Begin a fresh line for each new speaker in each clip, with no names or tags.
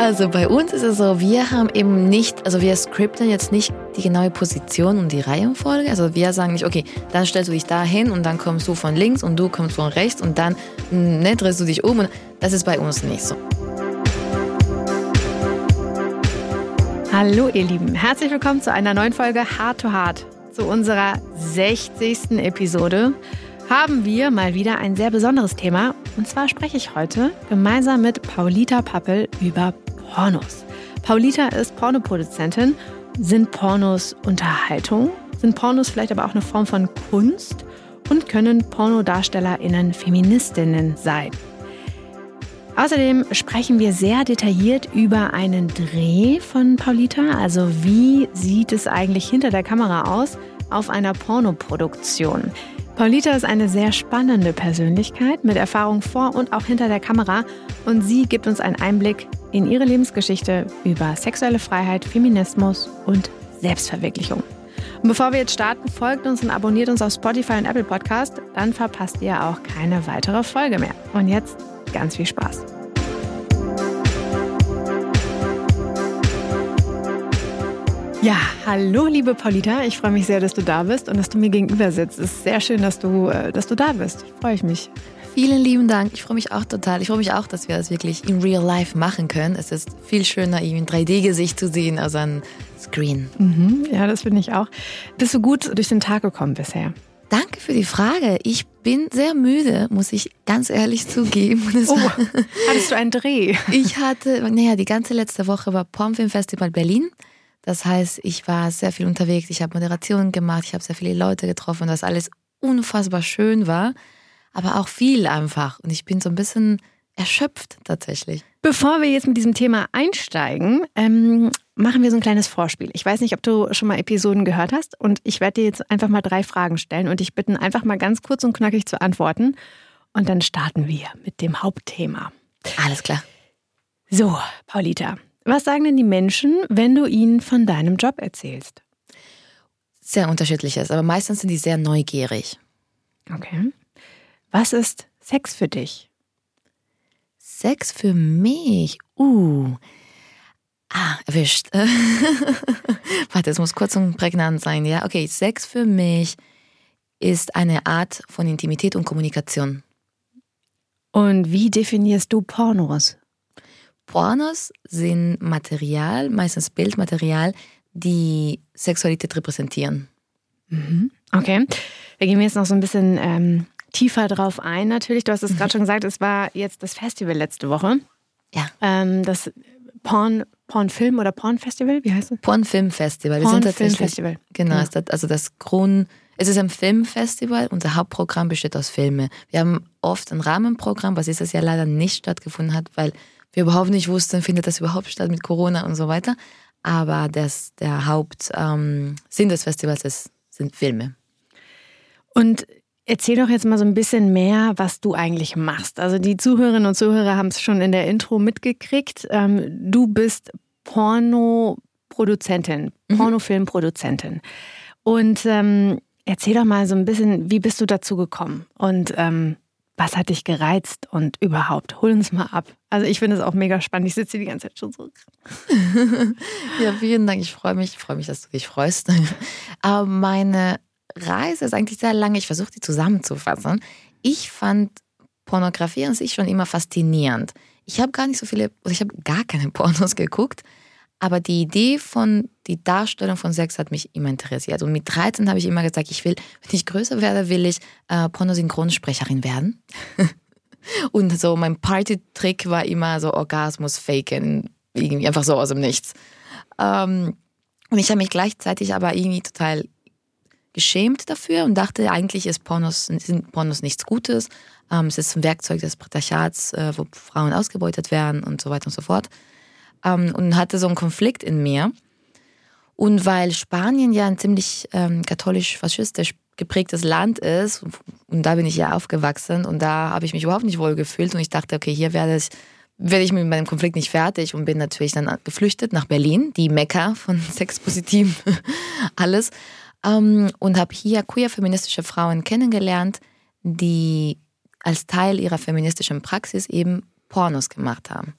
Also bei uns ist es so, wir haben eben nicht, also wir skripten jetzt nicht die genaue Position und die Reihenfolge. Also wir sagen nicht, okay, dann stellst du dich da hin und dann kommst du von links und du kommst von rechts und dann drehst du dich um. Und das ist bei uns nicht so.
Hallo ihr Lieben, herzlich willkommen zu einer neuen Folge Heart to Heart. Zu unserer 60. Episode haben wir mal wieder ein sehr besonderes Thema. Und zwar spreche ich heute gemeinsam mit Paulita Pappel über Pornos. Paulita ist Pornoproduzentin. Sind Pornos Unterhaltung? Sind Pornos vielleicht aber auch eine Form von Kunst? Und können PornodarstellerInnen Feministinnen sein? Außerdem sprechen wir sehr detailliert über einen Dreh von Paulita. Also wie sieht es eigentlich hinter der Kamera aus auf einer Pornoproduktion? Paulita ist eine sehr spannende Persönlichkeit mit Erfahrung vor und auch hinter der Kamera. Und sie gibt uns einen Einblick in ihre Lebensgeschichte über sexuelle Freiheit, Feminismus und Selbstverwirklichung. Und bevor wir jetzt starten, folgt uns und abonniert uns auf Spotify und Apple Podcast. Dann verpasst ihr auch keine weitere Folge mehr. Und jetzt ganz viel Spaß. Ja, hallo liebe Paulita, ich freue mich sehr, dass du da bist und dass du mir gegenüber sitzt. Es ist sehr schön, dass du da bist. Freue ich mich.
Vielen lieben Dank, ich freue mich auch total. Ich freue mich auch, dass wir das wirklich in real life machen können. Es ist viel schöner, ihn in 3D-Gesicht zu sehen als an Screen.
Ja, das finde ich auch. Bist du gut durch den Tag gekommen bisher?
Danke für die Frage. Ich bin sehr müde, muss ich ganz ehrlich zugeben.
Hattest du einen Dreh?
Ich hatte, die ganze letzte Woche war Pornfilmfestival Berlin. Das heißt, ich war sehr viel unterwegs, ich habe Moderationen gemacht, ich habe sehr viele Leute getroffen, was alles unfassbar schön war, aber auch viel einfach. Und ich bin so ein bisschen erschöpft tatsächlich.
Bevor wir jetzt mit diesem Thema einsteigen, machen wir so ein kleines Vorspiel. Ich weiß nicht, ob du schon mal Episoden gehört hast und ich werde dir jetzt einfach mal 3 Fragen stellen und dich bitten, einfach mal ganz kurz und knackig zu antworten. Und dann starten wir mit dem Hauptthema.
Alles klar.
So, Paulita. Was sagen denn die Menschen, wenn du ihnen von deinem Job erzählst?
Sehr unterschiedliches, aber meistens sind die sehr neugierig.
Okay. Was ist Sex für dich?
Sex für mich? Erwischt. Warte, es muss kurz und prägnant sein, ja? Okay, Sex für mich ist eine Art von Intimität und Kommunikation.
Und wie definierst du Pornos?
Pornos sind Material, meistens Bildmaterial, die Sexualität repräsentieren.
Okay, da gehen wir jetzt noch so ein bisschen tiefer drauf ein natürlich. Du hast es gerade schon gesagt, es war jetzt das Festival letzte Woche.
Ja.
Das Pornfilm oder Pornfestival, wie heißt es?
Pornfilmfestival.
Pornfilmfestival.
Genau, es ist ein Filmfestival, unser Hauptprogramm besteht aus Filmen. Wir haben oft ein Rahmenprogramm, was dieses Jahr leider nicht stattgefunden hat, weil wir überhaupt nicht wussten, findet das überhaupt statt mit Corona und so weiter. Aber der Hauptsinn des Festivals sind Filme.
Und erzähl doch jetzt mal so ein bisschen mehr, was du eigentlich machst. Also die Zuhörerinnen und Zuhörer haben es schon in der Intro mitgekriegt. Du bist Pornoproduzentin, Pornofilmproduzentin. Und erzähl doch mal so ein bisschen, wie bist du dazu gekommen? Und was hat dich gereizt und überhaupt? Hol uns mal ab. Also ich finde es auch mega spannend. Ich sitze hier die ganze Zeit schon so.
Ja, vielen Dank. Ich freue mich, dass du dich freust. Aber meine Reise ist eigentlich sehr lange. Ich versuche die zusammenzufassen. Ich fand Pornografie an sich schon immer faszinierend. Ich habe gar keine Pornos geguckt. Aber die Darstellung von Sex hat mich immer interessiert. Und mit 13 habe ich immer gesagt, wenn ich größer werde, will ich Pornosynchronsprecherin werden. Und so mein Party-Trick war immer so Orgasmus faken, irgendwie einfach so aus dem Nichts. Und ich habe mich gleichzeitig aber irgendwie total geschämt dafür und dachte, eigentlich sind Pornos nichts Gutes. Es ist ein Werkzeug des Patriarchats, wo Frauen ausgebeutet werden und so weiter und so fort. Und hatte so einen Konflikt in mir. Und weil Spanien ja ein ziemlich katholisch-faschistisch geprägtes Land ist, und da bin ich ja aufgewachsen und da habe ich mich überhaupt nicht wohl gefühlt und ich dachte, okay, hier werde ich mit meinem Konflikt nicht fertig und bin natürlich dann geflüchtet nach Berlin, die Mekka von Sexpositiv, alles. Und habe hier queer-feministische Frauen kennengelernt, die als Teil ihrer feministischen Praxis eben Pornos gemacht haben.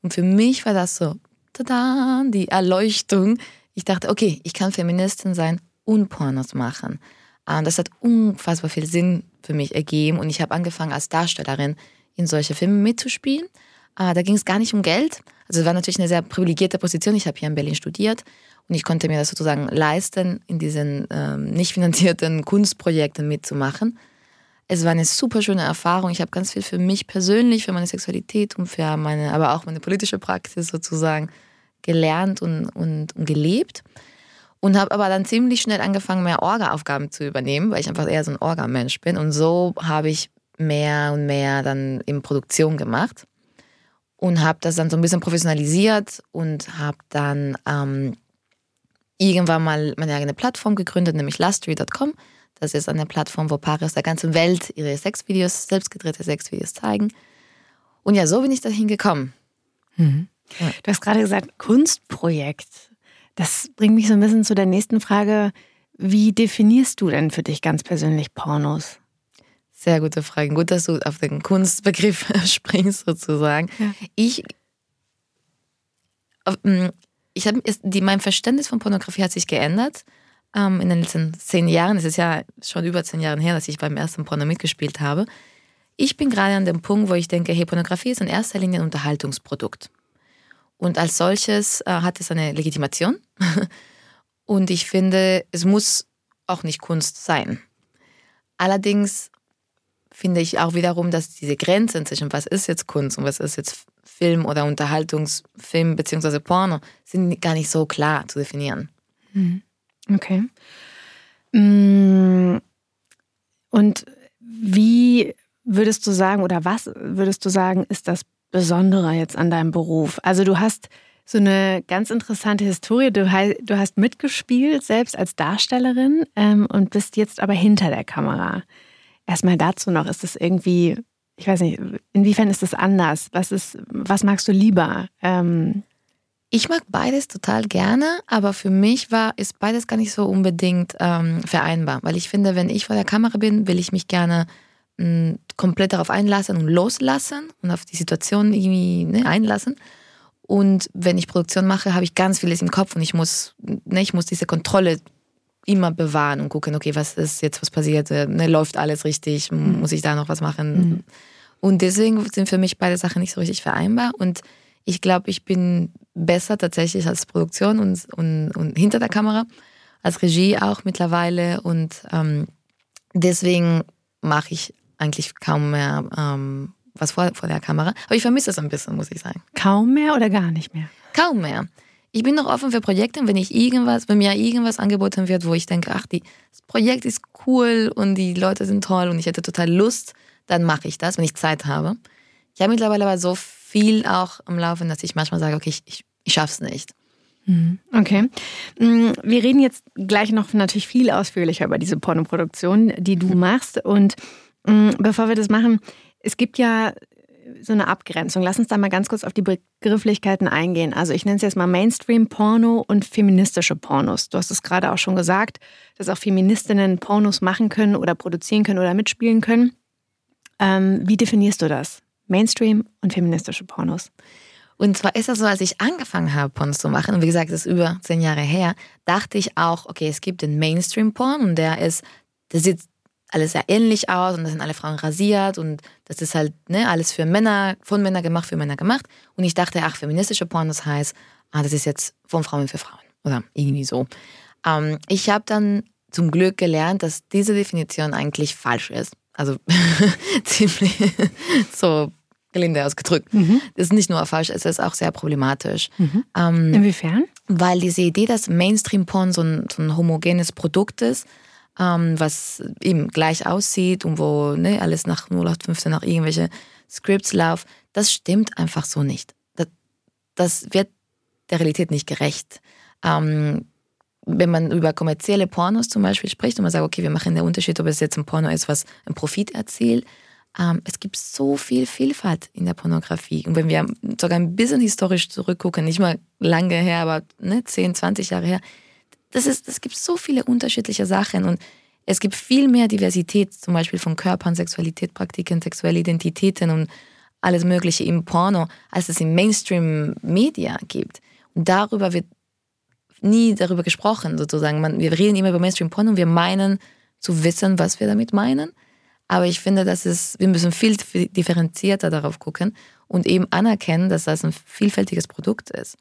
Und für mich war das so, tada, die Erleuchtung. Ich dachte, okay, ich kann Feministin sein und Pornos machen. Das hat unfassbar viel Sinn für mich ergeben und ich habe angefangen als Darstellerin in solche Filme mitzuspielen. Da ging es gar nicht um Geld. Also es war natürlich eine sehr privilegierte Position. Ich habe hier in Berlin studiert und ich konnte mir das sozusagen leisten, in diesen nicht finanzierten Kunstprojekten mitzumachen. Es war eine super schöne Erfahrung. Ich habe ganz viel für mich persönlich, für meine Sexualität und für aber auch meine politische Praxis sozusagen gelernt und gelebt. Und habe aber dann ziemlich schnell angefangen, mehr Orga-Aufgaben zu übernehmen, weil ich einfach eher so ein Orga-Mensch bin. Und so habe ich mehr und mehr dann in Produktion gemacht und habe das dann so ein bisschen professionalisiert und habe dann irgendwann mal meine eigene Plattform gegründet, nämlich lustry.com. Das ist eine Plattform, wo Paare aus der ganzen Welt ihre Sexvideos, selbstgedrehte Sexvideos zeigen. Und ja, so bin ich dahin gekommen.
Mhm. Ja. Du hast gerade gesagt, Kunstprojekt. Das bringt mich so ein bisschen zu der nächsten Frage. Wie definierst du denn für dich ganz persönlich Pornos?
Sehr gute Frage. Gut, dass du auf den Kunstbegriff springst sozusagen. Ja. Mein Verständnis von Pornografie hat sich geändert. In den letzten 10 Jahren. Es ist ja schon über 10 Jahre her, dass ich beim ersten Porno mitgespielt habe. Ich bin gerade an dem Punkt, wo ich denke, hey, Pornografie ist in erster Linie ein Unterhaltungsprodukt. Und als solches hat es eine Legitimation. Und ich finde, es muss auch nicht Kunst sein. Allerdings finde ich auch wiederum, dass diese Grenzen zwischen was ist jetzt Kunst und was ist jetzt Film oder Unterhaltungsfilm bzw. Porno sind gar nicht so klar zu definieren.
Okay. Und wie würdest du sagen oder was würdest du sagen, ist das Besondere jetzt an deinem Beruf? Also du hast so eine ganz interessante Historie. Du hast mitgespielt, selbst als Darstellerin und bist jetzt aber hinter der Kamera. Erstmal dazu noch, ist das irgendwie, ich weiß nicht, inwiefern ist das anders? Was magst du lieber?
Ich mag beides total gerne, aber für mich ist beides gar nicht so unbedingt vereinbar. Weil ich finde, wenn ich vor der Kamera bin, will ich mich gerne komplett darauf einlassen und loslassen und auf die Situation irgendwie einlassen. Und wenn ich Produktion mache, habe ich ganz vieles im Kopf und ich muss diese Kontrolle immer bewahren und gucken, okay, was ist jetzt, was passiert, läuft alles richtig, muss ich da noch was machen? Und deswegen sind für mich beide Sachen nicht so richtig vereinbar und ich glaube, ich bin besser tatsächlich als Produktion und hinter der Kamera, als Regie auch mittlerweile und deswegen mache ich eigentlich kaum mehr was vor der Kamera. Aber ich vermisse es ein bisschen, muss ich sagen.
Kaum mehr oder gar nicht mehr?
Kaum mehr. Ich bin noch offen für Projekte und wenn mir irgendwas angeboten wird, wo ich denke, das Projekt ist cool und die Leute sind toll und ich hätte total Lust, dann mache ich das, wenn ich Zeit habe. Ich habe mittlerweile aber so viel auch am Laufen, dass ich manchmal sage, okay, ich schaff's nicht.
Okay. Wir reden jetzt gleich noch natürlich viel ausführlicher über diese Pornoproduktion, die du machst. Und bevor wir das machen, es gibt ja so eine Abgrenzung. Lass uns da mal ganz kurz auf die Begrifflichkeiten eingehen. Also ich nenne es jetzt mal Mainstream-Porno und feministische Pornos. Du hast es gerade auch schon gesagt, dass auch Feministinnen Pornos machen können oder produzieren können oder mitspielen können. Wie definierst du das? Mainstream und feministische Pornos?
Und zwar ist das so, als ich angefangen habe, Pornos zu machen, und wie gesagt, das ist über 10 Jahre her, dachte ich auch, okay, es gibt den Mainstream-Porn und der sieht alles sehr ähnlich aus und da sind alle Frauen rasiert und das ist halt alles für Männer, von Männern gemacht, für Männer gemacht. Und ich dachte, feministische Pornos heißt, das ist jetzt von Frauen für Frauen oder irgendwie so. Ich habe dann zum Glück gelernt, dass diese Definition eigentlich falsch ist. Also ziemlich so gelinde ausgedrückt. Das ist nicht nur falsch, es ist auch sehr problematisch.
Inwiefern?
Weil diese Idee, dass Mainstream-Porn so ein homogenes Produkt ist, was eben gleich aussieht und wo alles nach 0815 nach irgendwelche Scripts läuft, das stimmt einfach so nicht. Das wird der Realität nicht gerecht. Wenn man über kommerzielle Pornos zum Beispiel spricht und man sagt, okay, wir machen den Unterschied, ob es jetzt ein Porno ist, was einen Profit erzielt. Es gibt so viel Vielfalt in der Pornografie. Und wenn wir sogar ein bisschen historisch zurückgucken, nicht mal lange her, aber 10, 20 Jahre her, es gibt so viele unterschiedliche Sachen und es gibt viel mehr Diversität, zum Beispiel von Körpern, Sexualität, Praktiken, sexuelle Identitäten und alles Mögliche im Porno, als es im Mainstream-Media gibt. Und darüber wird nie darüber gesprochen, sozusagen. Wir reden immer über Mainstream-Porno und wir meinen zu wissen, was wir damit meinen. Aber ich finde, wir müssen viel differenzierter darauf gucken und eben anerkennen, dass das ein vielfältiges Produkt ist.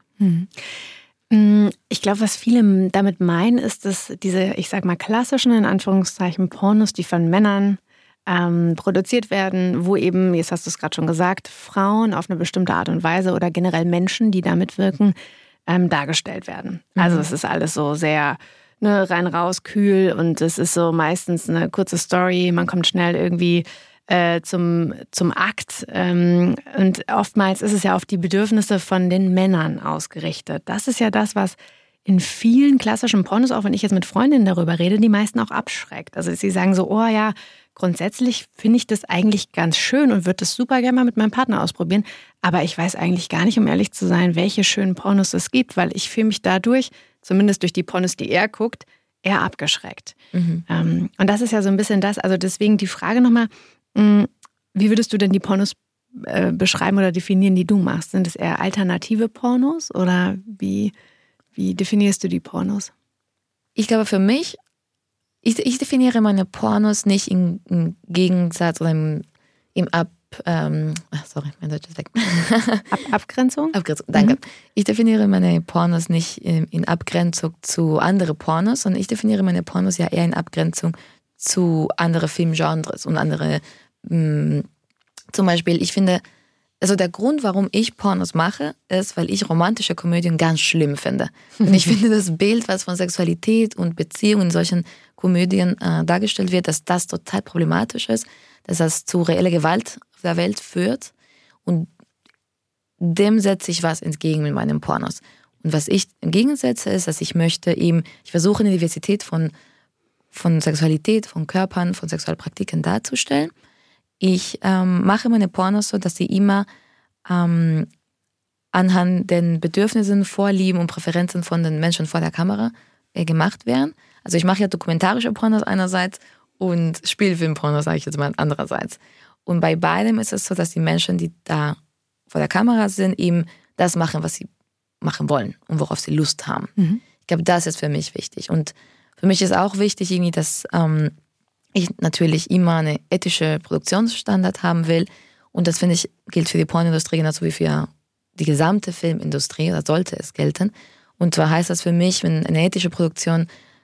Ich glaube, was viele damit meinen, ist, dass diese, ich sag mal, klassischen, in Anführungszeichen, Pornos, die von Männern produziert werden, wo eben, jetzt hast du es gerade schon gesagt, Frauen auf eine bestimmte Art und Weise oder generell Menschen, die da mitwirken, dargestellt werden. Also es ist alles so sehr rein, raus, kühl und es ist so meistens eine kurze Story, man kommt schnell irgendwie zum Akt und oftmals ist es ja auf die Bedürfnisse von den Männern ausgerichtet. Das ist ja das, was in vielen klassischen Pornos, auch wenn ich jetzt mit Freundinnen darüber rede, die meisten auch abschreckt. Also sie sagen so, oh ja, grundsätzlich finde ich das eigentlich ganz schön und würde das super gerne mal mit meinem Partner ausprobieren, aber ich weiß eigentlich gar nicht, um ehrlich zu sein, welche schönen Pornos es gibt, weil ich fühle mich dadurch, zumindest durch die Pornos, die er guckt, eher abgeschreckt. Und das ist ja so ein bisschen das, also deswegen die Frage nochmal, wie würdest du denn die Pornos beschreiben oder definieren, die du machst? Sind es eher alternative Pornos oder wie definierst du die Pornos?
Ich glaube für mich, ich definiere meine Pornos nicht im Gegensatz oder im sorry, mein Deutsch ist weg.
Abgrenzung?
Abgrenzung, danke. Ich definiere meine Pornos nicht in Abgrenzung zu anderen Pornos, sondern ich definiere meine Pornos ja eher in Abgrenzung zu anderen Filmgenres und andere, zum Beispiel, ich finde, also der Grund, warum ich Pornos mache, ist, weil ich romantische Komödien ganz schlimm finde. Und ich finde das Bild, was von Sexualität und Beziehungen in solchen Komödien dargestellt wird, dass das total problematisch ist, dass das zu reeller Gewalt auf der Welt führt. Und dem setze ich was entgegen mit meinen Pornos. Und was ich entgegensetze, ist, dass ich versuche eine Diversität von Sexualität, von Körpern, von Sexualpraktiken darzustellen. Ich mache meine Pornos so, dass sie immer anhand den Bedürfnissen, Vorlieben und Präferenzen von den Menschen vor der Kamera gemacht werden. Also ich mache ja dokumentarische Pornos einerseits und Spielfilmpornos, sage ich jetzt mal, andererseits. Und bei beidem ist es so, dass die Menschen, die da vor der Kamera sind, eben das machen, was sie machen wollen und worauf sie Lust haben. Ich glaube, das ist für mich wichtig. Und für mich ist auch wichtig, irgendwie, dass ich natürlich immer eine ethische Produktionsstandard haben will. Und das, finde ich, gilt für die Pornindustrie genauso wie für die gesamte Filmindustrie, oder sollte es gelten. Und zwar heißt das für mich, wenn eine ethische Produktion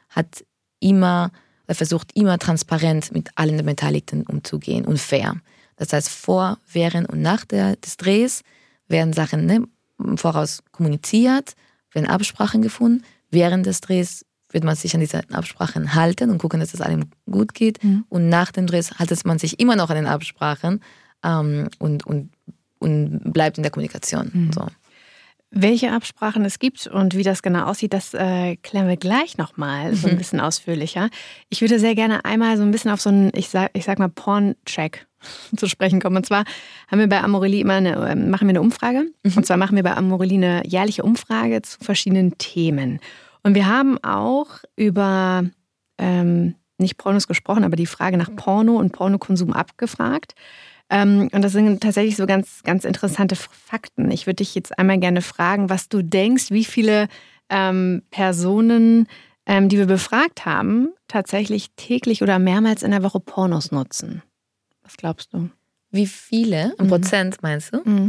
versucht immer transparent mit allen Beteiligten umzugehen und fair. Das heißt, vor, während und nach des Drehs werden Sachen im Voraus kommuniziert, werden Absprachen gefunden. Während des Drehs wird man sich an diese Absprachen halten und gucken, dass es allem gut geht. Und nach dem Dreh haltet man sich immer noch an den Absprachen und bleibt in der Kommunikation. So.
Welche Absprachen es gibt und wie das genau aussieht, das klären wir gleich nochmal so ein bisschen ausführlicher. Ich würde sehr gerne einmal so ein bisschen auf so einen, ich sag mal, Porn-Check zu sprechen kommen. Und zwar haben wir bei Amorelie machen wir eine Umfrage. Und zwar machen wir bei Amorelie eine jährliche Umfrage zu verschiedenen Themen. Und wir haben auch über, nicht Pornos gesprochen, aber die Frage nach Porno und Pornokonsum abgefragt. Und das sind tatsächlich so ganz, ganz interessante Fakten. Ich würde dich jetzt einmal gerne fragen, was du denkst, wie viele Personen, die wir befragt haben, tatsächlich täglich oder mehrmals in der Woche Pornos nutzen. Was glaubst du?
Wie viele? Im Prozent meinst du?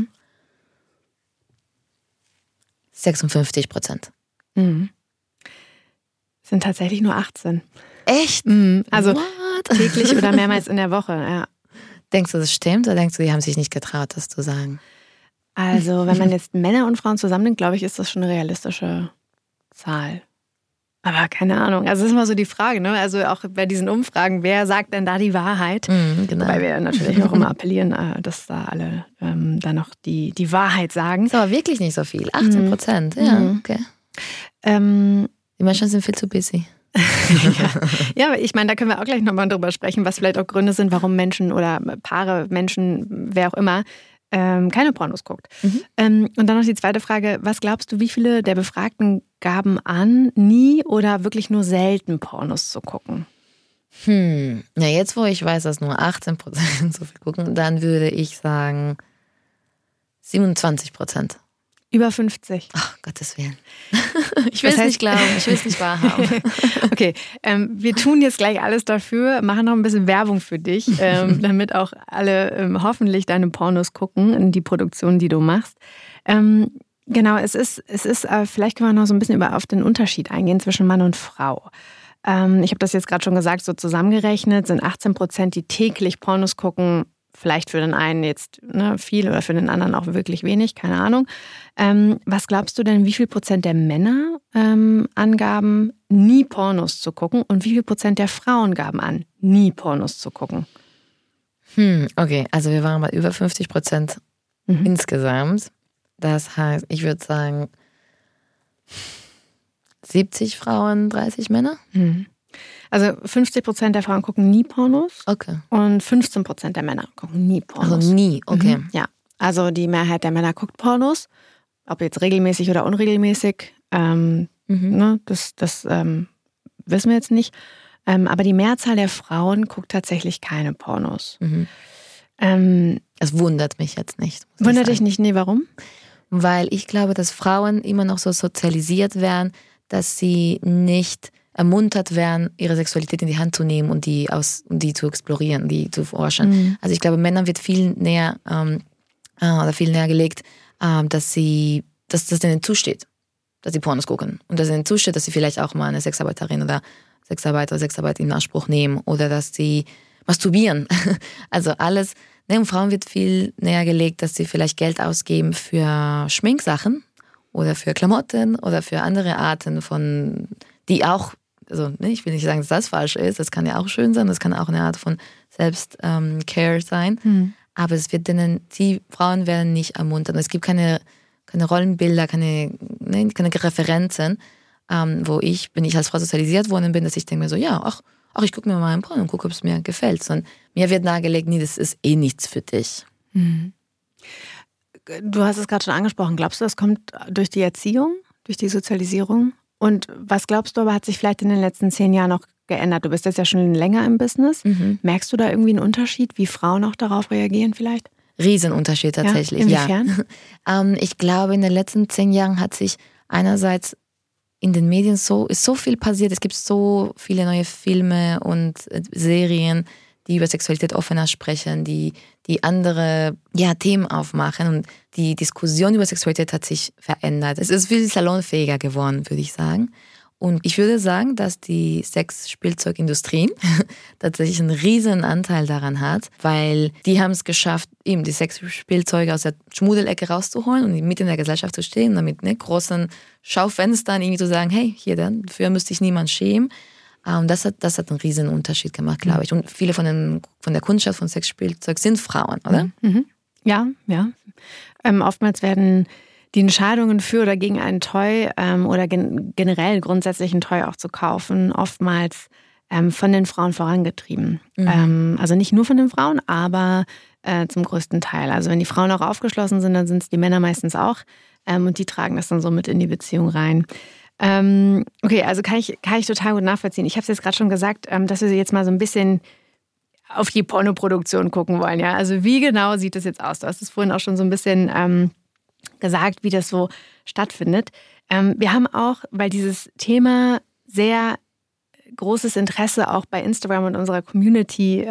56%.
Sind tatsächlich nur 18.
Echt?
Also
What?
täglich oder mehrmals in der Woche, ja.
Denkst du, das stimmt oder denkst du, die haben sich nicht getraut, das zu sagen?
Also, wenn man jetzt Männer und Frauen zusammennimmt, glaube ich, ist das schon eine realistische Zahl. Aber keine Ahnung. Also, das ist immer so die Frage, ne? Also, auch bei diesen Umfragen, wer sagt denn da die Wahrheit?
Genau.
Wobei wir natürlich auch immer appellieren, dass da alle da noch die Wahrheit sagen.
Das ist aber wirklich nicht so viel. 18%. Ja, okay. Die Menschen sind viel zu busy.
Ja, ich meine, da können wir auch gleich nochmal drüber sprechen, was vielleicht auch Gründe sind, warum Menschen oder Paare, Menschen, wer auch immer, keine Pornos guckt. Und dann noch die zweite Frage, was glaubst du, wie viele der Befragten gaben an, nie oder wirklich nur selten Pornos zu gucken?
Ja, jetzt wo ich weiß, dass nur 18% so viel gucken, dann würde ich sagen 27%.
Über 50.
Ach, Gottes Willen. Ich will es nicht glauben, ich will es nicht wahrhaben.
Okay, wir tun jetzt gleich alles dafür, machen noch ein bisschen Werbung für dich, damit auch alle hoffentlich deine Pornos gucken, die Produktion, die du machst. Genau, es ist vielleicht können wir noch so ein bisschen auf den Unterschied eingehen zwischen Mann und Frau. Ich habe das jetzt gerade schon gesagt, so zusammengerechnet sind 18%, die täglich Pornos gucken, vielleicht für den einen jetzt viel oder für den anderen auch wirklich wenig, keine Ahnung. Was glaubst du denn, wie viel Prozent der Männer angaben, nie Pornos zu gucken und wie viel Prozent der Frauen gaben an, nie Pornos zu gucken?
Okay, also wir waren bei über 50% insgesamt. Das heißt, ich würde sagen 70 Frauen, 30 Männer.
Also 50% der Frauen gucken nie Pornos.
Okay.
Und 15% der Männer gucken nie Pornos.
Also nie, okay.
Ja, also die Mehrheit der Männer guckt Pornos. Ob jetzt regelmäßig oder unregelmäßig, das wissen wir jetzt nicht. Aber die Mehrzahl der Frauen guckt tatsächlich keine Pornos.
Es wundert mich jetzt nicht.
Wundert dich nicht? Nee, warum?
Weil ich glaube, dass Frauen immer noch so sozialisiert werden, dass sie nicht ermuntert werden, ihre Sexualität in die Hand zu nehmen und die zu explorieren, die zu forschen. Also ich glaube, Männern wird viel näher gelegt, dass das denen zusteht, dass sie Pornos gucken. Und dass ihnen zusteht, dass sie vielleicht auch mal eine Sexarbeiterin oder Sexarbeiter in Anspruch nehmen oder dass sie masturbieren. Also alles. Und Frauen wird viel näher gelegt, dass sie vielleicht Geld ausgeben für Schminksachen oder für Klamotten oder für andere Arten von, die auch, also ich will nicht sagen, dass das falsch ist, das kann ja auch schön sein, das kann auch eine Art von Selbst-Care sein, aber es wird die Frauen werden nicht ermuntert. Es gibt keine Rollenbilder, keine Referenzen, wo ich als Frau sozialisiert worden bin, dass ich denke mir so, ja, ach, ich gucke mir mal ein Porno und gucke, ob es mir gefällt. Sondern mir wird nahegelegt, nee, das ist eh nichts für dich.
Du hast es gerade schon angesprochen. Glaubst du, das kommt durch die Erziehung, durch die Sozialisierung? Und was glaubst du aber, hat sich vielleicht in den letzten 10 Jahren noch geändert? Du bist jetzt ja schon länger im Business. Merkst du da irgendwie einen Unterschied, wie Frauen auch darauf reagieren vielleicht?
Riesenunterschied tatsächlich,
inwiefern?
Ja. Ich glaube, in den letzten 10 Jahren hat sich einerseits in den Medien ist so viel passiert. Es gibt so viele neue Filme und Serien, die über Sexualität offener sprechen, die andere Themen aufmachen. Und die Diskussion über Sexualität hat sich verändert. Es ist viel salonfähiger geworden, würde ich sagen. Und ich würde sagen, dass die Sexspielzeugindustrie tatsächlich einen riesen Anteil daran hat, weil die haben es geschafft, eben die Sexspielzeuge aus der Schmuddelecke rauszuholen und mit in der Gesellschaft zu stehen, damit großen Schaufenstern irgendwie zu sagen, hey, dafür müsste sich niemand schämen. Und das hat einen riesen Unterschied gemacht, glaube ich. Und viele von der Kundschaft von Sexspielzeug sind Frauen, oder?
Ja. Oftmals werden die Entscheidungen für oder gegen einen Toy oder generell grundsätzlich ein Toy auch zu kaufen, oftmals von den Frauen vorangetrieben. Also nicht nur von den Frauen, aber zum größten Teil. Also wenn die Frauen auch aufgeschlossen sind, dann sind es die Männer meistens auch und die tragen das dann so mit in die Beziehung rein. Okay, also kann ich total gut nachvollziehen. Ich habe es jetzt gerade schon gesagt, dass wir jetzt mal so ein bisschen auf die Pornoproduktion gucken wollen. Ja? Also wie genau sieht das jetzt aus? Du hast es vorhin auch schon so ein bisschen gesagt, wie das so stattfindet. Wir haben auch, weil dieses Thema sehr großes Interesse auch bei Instagram und unserer Community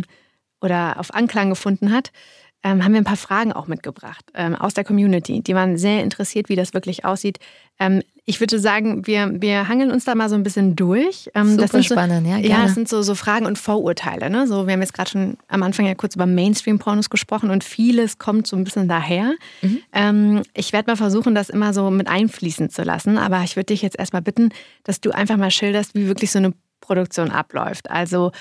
oder auf Anklang gefunden hat, haben wir ein paar Fragen auch mitgebracht aus der Community. Die waren sehr interessiert, wie das wirklich aussieht. Ich würde sagen, wir hangeln uns da mal so ein bisschen durch.
Super
das sind
spannend, ja, gerne.
Ja, das sind so Fragen und Vorurteile. Ne? So, wir haben jetzt gerade schon am Anfang ja kurz über Mainstream-Pornos gesprochen und vieles kommt so ein bisschen daher. Ich werde mal versuchen, das immer so mit einfließen zu lassen, aber ich würde dich jetzt erstmal bitten, dass du einfach mal schilderst, wie wirklich so eine Produktion abläuft. Also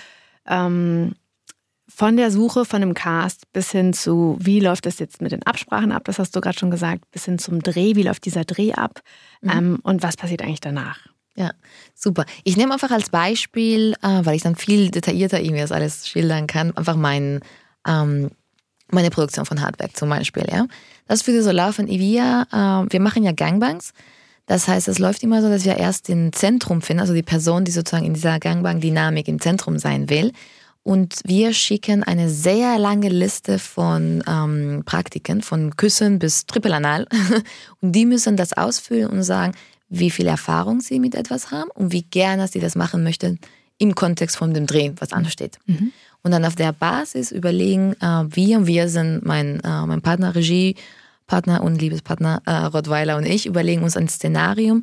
von der Suche von einem Cast bis hin zu, wie läuft das jetzt mit den Absprachen ab, das hast du gerade schon gesagt, bis hin zum Dreh, wie läuft dieser Dreh ab und was passiert eigentlich danach?
Ja, super. Ich nehme einfach als Beispiel, weil ich dann viel detaillierter irgendwie das alles schildern kann, einfach meine Produktion von Hardwerk zum Beispiel. Ja? Das würde so laufen, wir machen ja Gangbangs. Das heißt, es läuft immer so, dass wir erst im Zentrum finden, also die Person, die sozusagen in dieser Gangbang-Dynamik im Zentrum sein will. Und wir schicken eine sehr lange Liste von Praktiken, von Küssen bis Triple-Anal. Und die müssen das ausfüllen und sagen, wie viel Erfahrung sie mit etwas haben und wie gerne sie das machen möchten im Kontext von dem Dreh, was ansteht. Mhm. Und dann auf der Basis überlegen wir sind mein Partner, Regiepartner und Liebespartner Rottweiler und ich, überlegen uns ein Szenarium,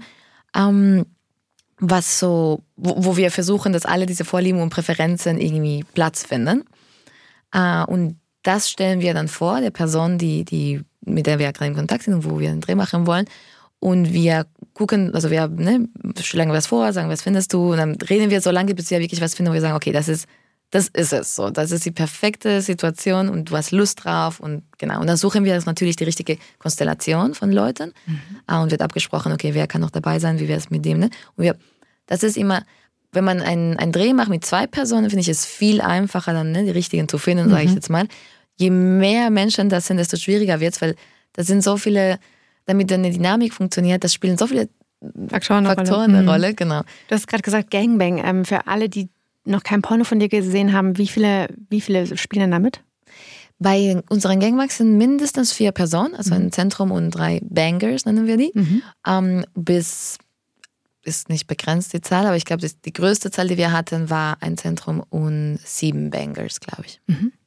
was so, wo wir versuchen, dass alle diese Vorlieben und Präferenzen irgendwie Platz finden. Und das stellen wir dann vor, der Person, mit der wir gerade in Kontakt sind und wo wir einen Dreh machen wollen. Und wir gucken, also wir schlagen was vor, sagen, was findest du? Und dann reden wir so lange, bis wir wirklich was finden, wo wir sagen, okay, das ist es so. Das ist die perfekte Situation und du hast Lust drauf. Und genau. Und dann suchen wir natürlich die richtige Konstellation von Leuten. Mhm. Und wird abgesprochen, okay, wer kann noch dabei sein, wie wäre es mit dem. Ne? Und das ist immer, wenn man einen Dreh macht mit 2 Personen, finde ich es viel einfacher, dann die richtigen zu finden, sage ich jetzt mal. Je mehr Menschen das sind, desto schwieriger wird es, weil da sind so viele, damit eine Dynamik funktioniert, das spielen so viele Faktoren eine Rolle. Genau.
Du hast gerade gesagt Gangbang. Für alle, die noch kein Porno von dir gesehen haben, wie viele spielen denn da mit?
Bei unseren Gangbangs sind mindestens 4 Personen, also ein Zentrum und 3 Bangers, nennen wir die. Bis, ist nicht begrenzt die Zahl, aber ich glaube, die größte Zahl, die wir hatten, war ein Zentrum und 7 Bangers, glaube ich.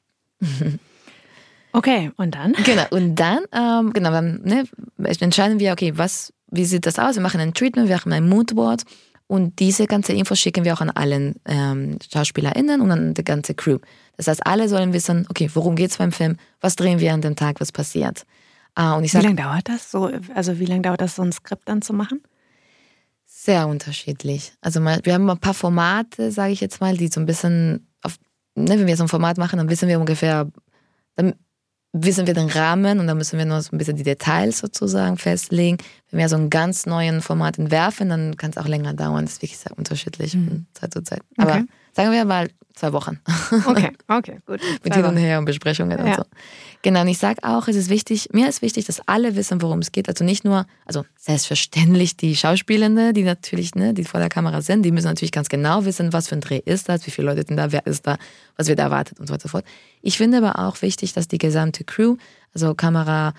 Okay, und dann?
Genau, und dann entscheiden wir, okay, wie sieht das aus? Wir machen ein Treatment, wir machen ein Moodboard. Und diese ganze Info schicken wir auch an allen SchauspielerInnen und an die ganze Crew. Das heißt, alle sollen wissen, okay, worum geht es beim Film, was drehen wir an dem Tag, was passiert. Und wie
lange dauert das? Wie lange dauert das, so ein Skript dann zu machen?
Sehr unterschiedlich. Also wir haben ein paar Formate, sage ich jetzt mal, die so ein bisschen, wenn wir so ein Format machen, dann wissen wir ungefähr, dann wissen wir den Rahmen und dann müssen wir nur so ein bisschen die Details sozusagen festlegen. Wenn wir so ein ganz neues Format entwerfen, dann kann es auch länger dauern. Das ist wirklich sehr unterschiedlich von Zeit zu Zeit. Aber
okay.
Sagen wir mal 2 Wochen.
Okay, gut.
Mit hin und her und Besprechungen und so. Genau, und ich sage auch, mir ist wichtig, dass alle wissen, worum es geht. Also nicht nur, selbstverständlich die Schauspielende, die natürlich, die vor der Kamera sind, die müssen natürlich ganz genau wissen, was für ein Dreh ist das, wie viele Leute sind da, wer ist da, was wird erwartet und so weiter und so fort. Ich finde aber auch wichtig, dass die gesamte Crew, also Kamera,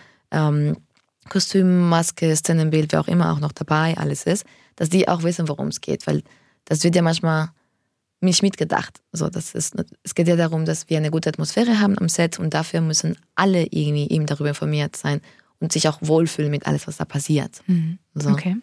Kostüm, Maske, Szenenbild, wer auch immer auch noch dabei alles ist, dass die auch wissen, worum es geht, weil das wird ja manchmal nicht mitgedacht. Es geht ja darum, dass wir eine gute Atmosphäre haben am Set und dafür müssen alle irgendwie eben darüber informiert sein und sich auch wohlfühlen mit alles, was da passiert. So.
Okay.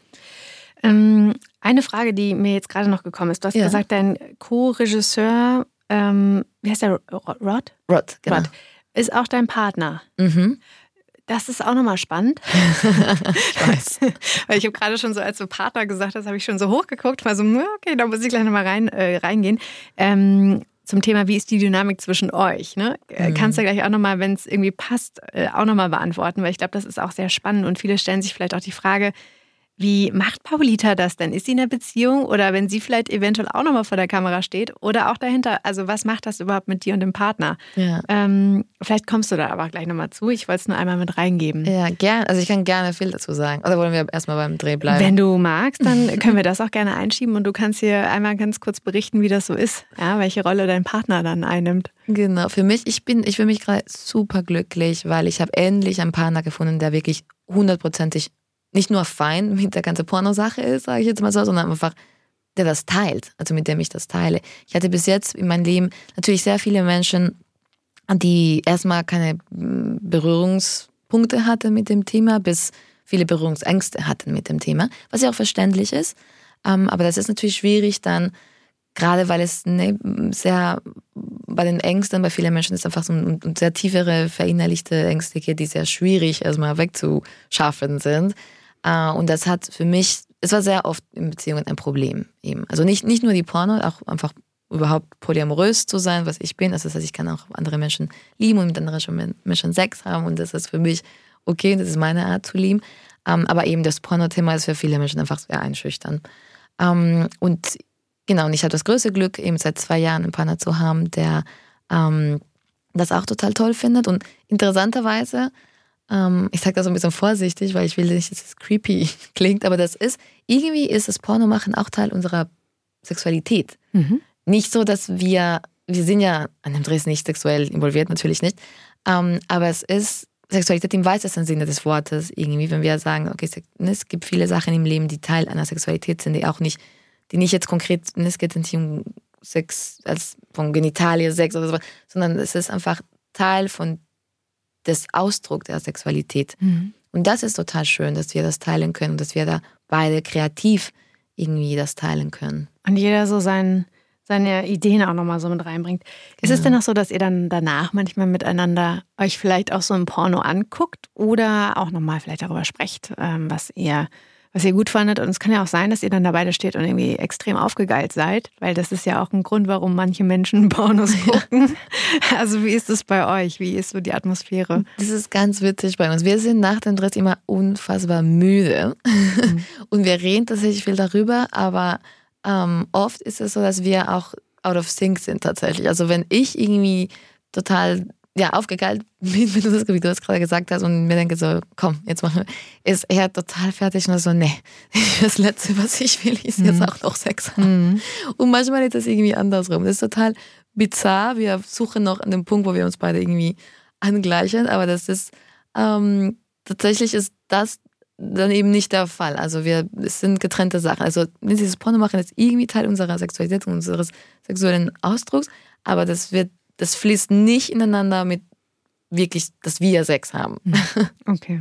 Eine Frage, die mir jetzt gerade noch gekommen ist. Du hast gesagt, dein Co-Regisseur, wie heißt der? Rod?
Rod, genau.
Rod, ist auch dein Partner. Das ist auch nochmal spannend.
Ich weiß.
Weil ich habe gerade schon so, als du Partner gesagt hast, habe ich schon so hochgeguckt, mal so, okay, da muss ich gleich nochmal reingehen. Zum Thema, wie ist die Dynamik zwischen euch? Ne? Kannst du gleich auch nochmal, wenn es irgendwie passt, auch nochmal beantworten, weil ich glaube, das ist auch sehr spannend und viele stellen sich vielleicht auch die Frage, wie macht Paulita das denn? Ist sie in einer Beziehung oder wenn sie vielleicht eventuell auch nochmal vor der Kamera steht oder auch dahinter, also was macht das überhaupt mit dir und dem Partner?
Ja.
Vielleicht kommst du da aber gleich nochmal zu. Ich wollte es nur einmal mit reingeben.
Ja, gerne. Also ich kann gerne viel dazu sagen. Oder wollen wir erstmal beim Dreh bleiben?
Wenn du magst, dann können wir das auch gerne einschieben und du kannst hier einmal ganz kurz berichten, wie das so ist, ja, welche Rolle dein Partner dann einnimmt.
Genau, für mich, ich fühle mich gerade super glücklich, weil ich habe endlich einen Partner gefunden, der wirklich 100%ig nicht nur fein mit der ganzen Pornosache ist, sage ich jetzt mal so, sondern einfach, der das teilt, also mit dem ich das teile. Ich hatte bis jetzt in meinem Leben natürlich sehr viele Menschen, die erstmal keine Berührungspunkte hatten mit dem Thema, bis viele Berührungsängste hatten mit dem Thema, was ja auch verständlich ist. Aber das ist natürlich schwierig dann, gerade weil es sehr bei den Ängsten, bei vielen Menschen ist einfach so ein sehr tiefere, verinnerlichte Ängste geht, die sehr schwierig erstmal wegzuschaffen sind. Und das hat für mich, es war sehr oft in Beziehungen ein Problem eben. Also nicht nur die Porno, auch einfach überhaupt polyamorös zu sein, was ich bin. Das heißt, ich kann auch andere Menschen lieben und mit anderen Menschen Sex haben und das ist für mich okay, das ist meine Art zu lieben. Aber eben das Porno-Thema ist für viele Menschen einfach sehr einschüchternd. Und genau, und ich habe das größte Glück, eben seit 2 Jahren einen Partner zu haben, der das auch total toll findet. Und interessanterweise, ich sage das so ein bisschen vorsichtig, weil ich will nicht, dass es creepy klingt, aber irgendwie ist das Pornomachen auch Teil unserer Sexualität. Nicht so, dass wir wir sind ja an dem Dreh nicht sexuell involviert, natürlich nicht. Aber es ist Sexualität im weitesten Sinne des Wortes irgendwie, wenn wir sagen, okay, es gibt viele Sachen im Leben, die Teil einer Sexualität sind, die nicht jetzt konkret, es geht nicht um Sex als von Genitalie, Sex oder so, sondern es ist einfach Teil von des Ausdrucks der Sexualität. Und das ist total schön, dass wir das teilen können, dass wir da beide kreativ irgendwie das teilen können.
Und jeder so seine Ideen auch nochmal so mit reinbringt. Ist es denn auch so, dass ihr dann danach manchmal miteinander euch vielleicht auch so ein Porno anguckt oder auch nochmal vielleicht darüber sprecht, was ihr gut fandet? Und es kann ja auch sein, dass ihr dann da beide steht und irgendwie extrem aufgegeilt seid, weil das ist ja auch ein Grund, warum manche Menschen Pornos gucken. Also wie ist es bei euch? Wie ist so die Atmosphäre?
Das ist ganz witzig bei uns. Wir sind nach dem Dreh immer unfassbar müde und wir reden tatsächlich viel darüber, aber oft ist es so, dass wir auch out of sync sind tatsächlich. Also wenn ich irgendwie total aufgegeilt bin, wie du das gerade gesagt hast und mir denke so, komm, jetzt machen wir, ist er total fertig und so, nee, das Letzte, was ich will, ist jetzt auch noch Sex haben. Und manchmal ist das irgendwie andersrum. Das ist total bizarr. Wir suchen noch an dem Punkt, wo wir uns beide irgendwie angleichen, aber das ist, tatsächlich ist das dann eben nicht der Fall. Also es sind getrennte Sachen. Also dieses Porno machen ist irgendwie Teil unserer Sexualität und unseres sexuellen Ausdrucks, aber das fließt nicht ineinander mit wirklich, dass wir Sex haben.
Okay.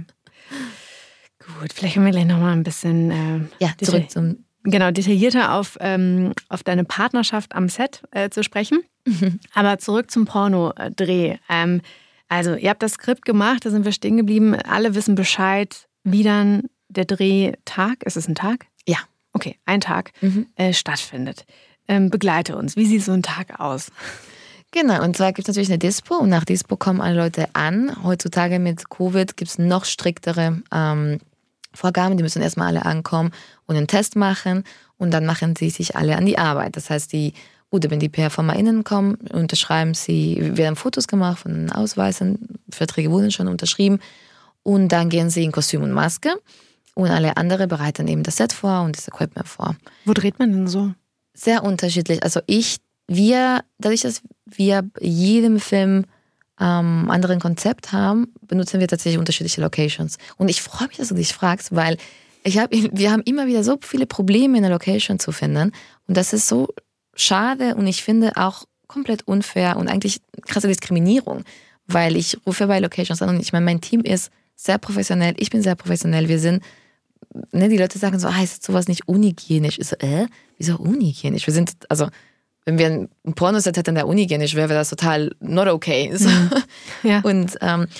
Gut, vielleicht können wir gleich nochmal ein bisschen
zurück zum
detaillierter auf deine Partnerschaft am Set zu sprechen. Aber zurück zum Pornodreh. Also ihr habt das Skript gemacht, da sind wir stehen geblieben. Alle wissen Bescheid, wie dann der Drehtag, ist es ein Tag?
Ja.
Okay, ein Tag stattfindet. Begleite uns. Wie sieht so ein Tag aus?
Genau, und zwar gibt es natürlich eine Dispo und nach Dispo kommen alle Leute an. Heutzutage mit Covid gibt es noch striktere Vorgaben. Die müssen erstmal alle ankommen und einen Test machen und dann machen sie sich alle an die Arbeit. Das heißt, wenn die PRVmerInnen kommen, unterschreiben sie, werden Fotos gemacht von den Ausweisen, Verträge wurden schon unterschrieben und dann gehen sie in Kostüm und Maske und alle anderen bereiten eben das Set vor und das Equipment vor.
Wo dreht man denn so?
Sehr unterschiedlich. Also dadurch, dass wir jedem Film anderen Konzept haben, benutzen wir tatsächlich unterschiedliche Locations. Und ich freue mich, dass du dich fragst, weil wir haben immer wieder so viele Probleme in der Location zu finden. Und das ist so schade und ich finde auch komplett unfair und eigentlich krasse Diskriminierung, weil ich rufe bei Locations an und ich meine, mein Team ist sehr professionell, ich bin sehr professionell, wir sind, die Leute sagen so, ist sowas nicht unhygienisch? Ich so, wieso unhygienisch? Wir sind, also wenn wir ein Pornoset hätten, der unhygienisch wäre, wäre das total not okay. So.
Ja.
Und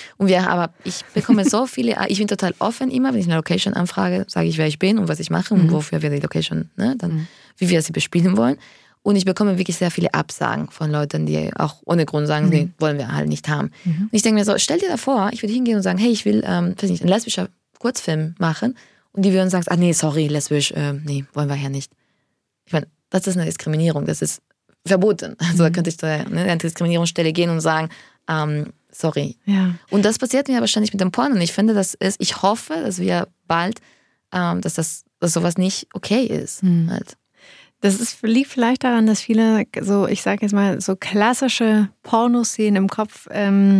ich bekomme so viele, ich bin total offen immer, wenn ich eine Location anfrage, sage ich, wer ich bin und was ich mache und wofür wir die Location, wie wir sie bespielen wollen. Und ich bekomme wirklich sehr viele Absagen von Leuten, die auch ohne Grund sagen, nee, wollen wir halt nicht haben. Und ich denke mir so, stell dir da vor, ich würde hingehen und sagen, hey, ich will, einen lesbischer Kurzfilm machen. Und die würden sagen, nee, sorry, lesbisch, nee, wollen wir ja nicht. Ich meine, das ist eine Diskriminierung, das ist verboten. Also da könnte ich an eine Diskriminierungsstelle gehen und sagen, sorry.
Ja.
Und das passiert mir wahrscheinlich mit dem Porno. Und ich finde, ich hoffe, dass wir bald, dass sowas nicht okay ist. Halt.
Das liegt vielleicht daran, dass viele so, ich sage jetzt mal, so klassische Pornoszenen im Kopf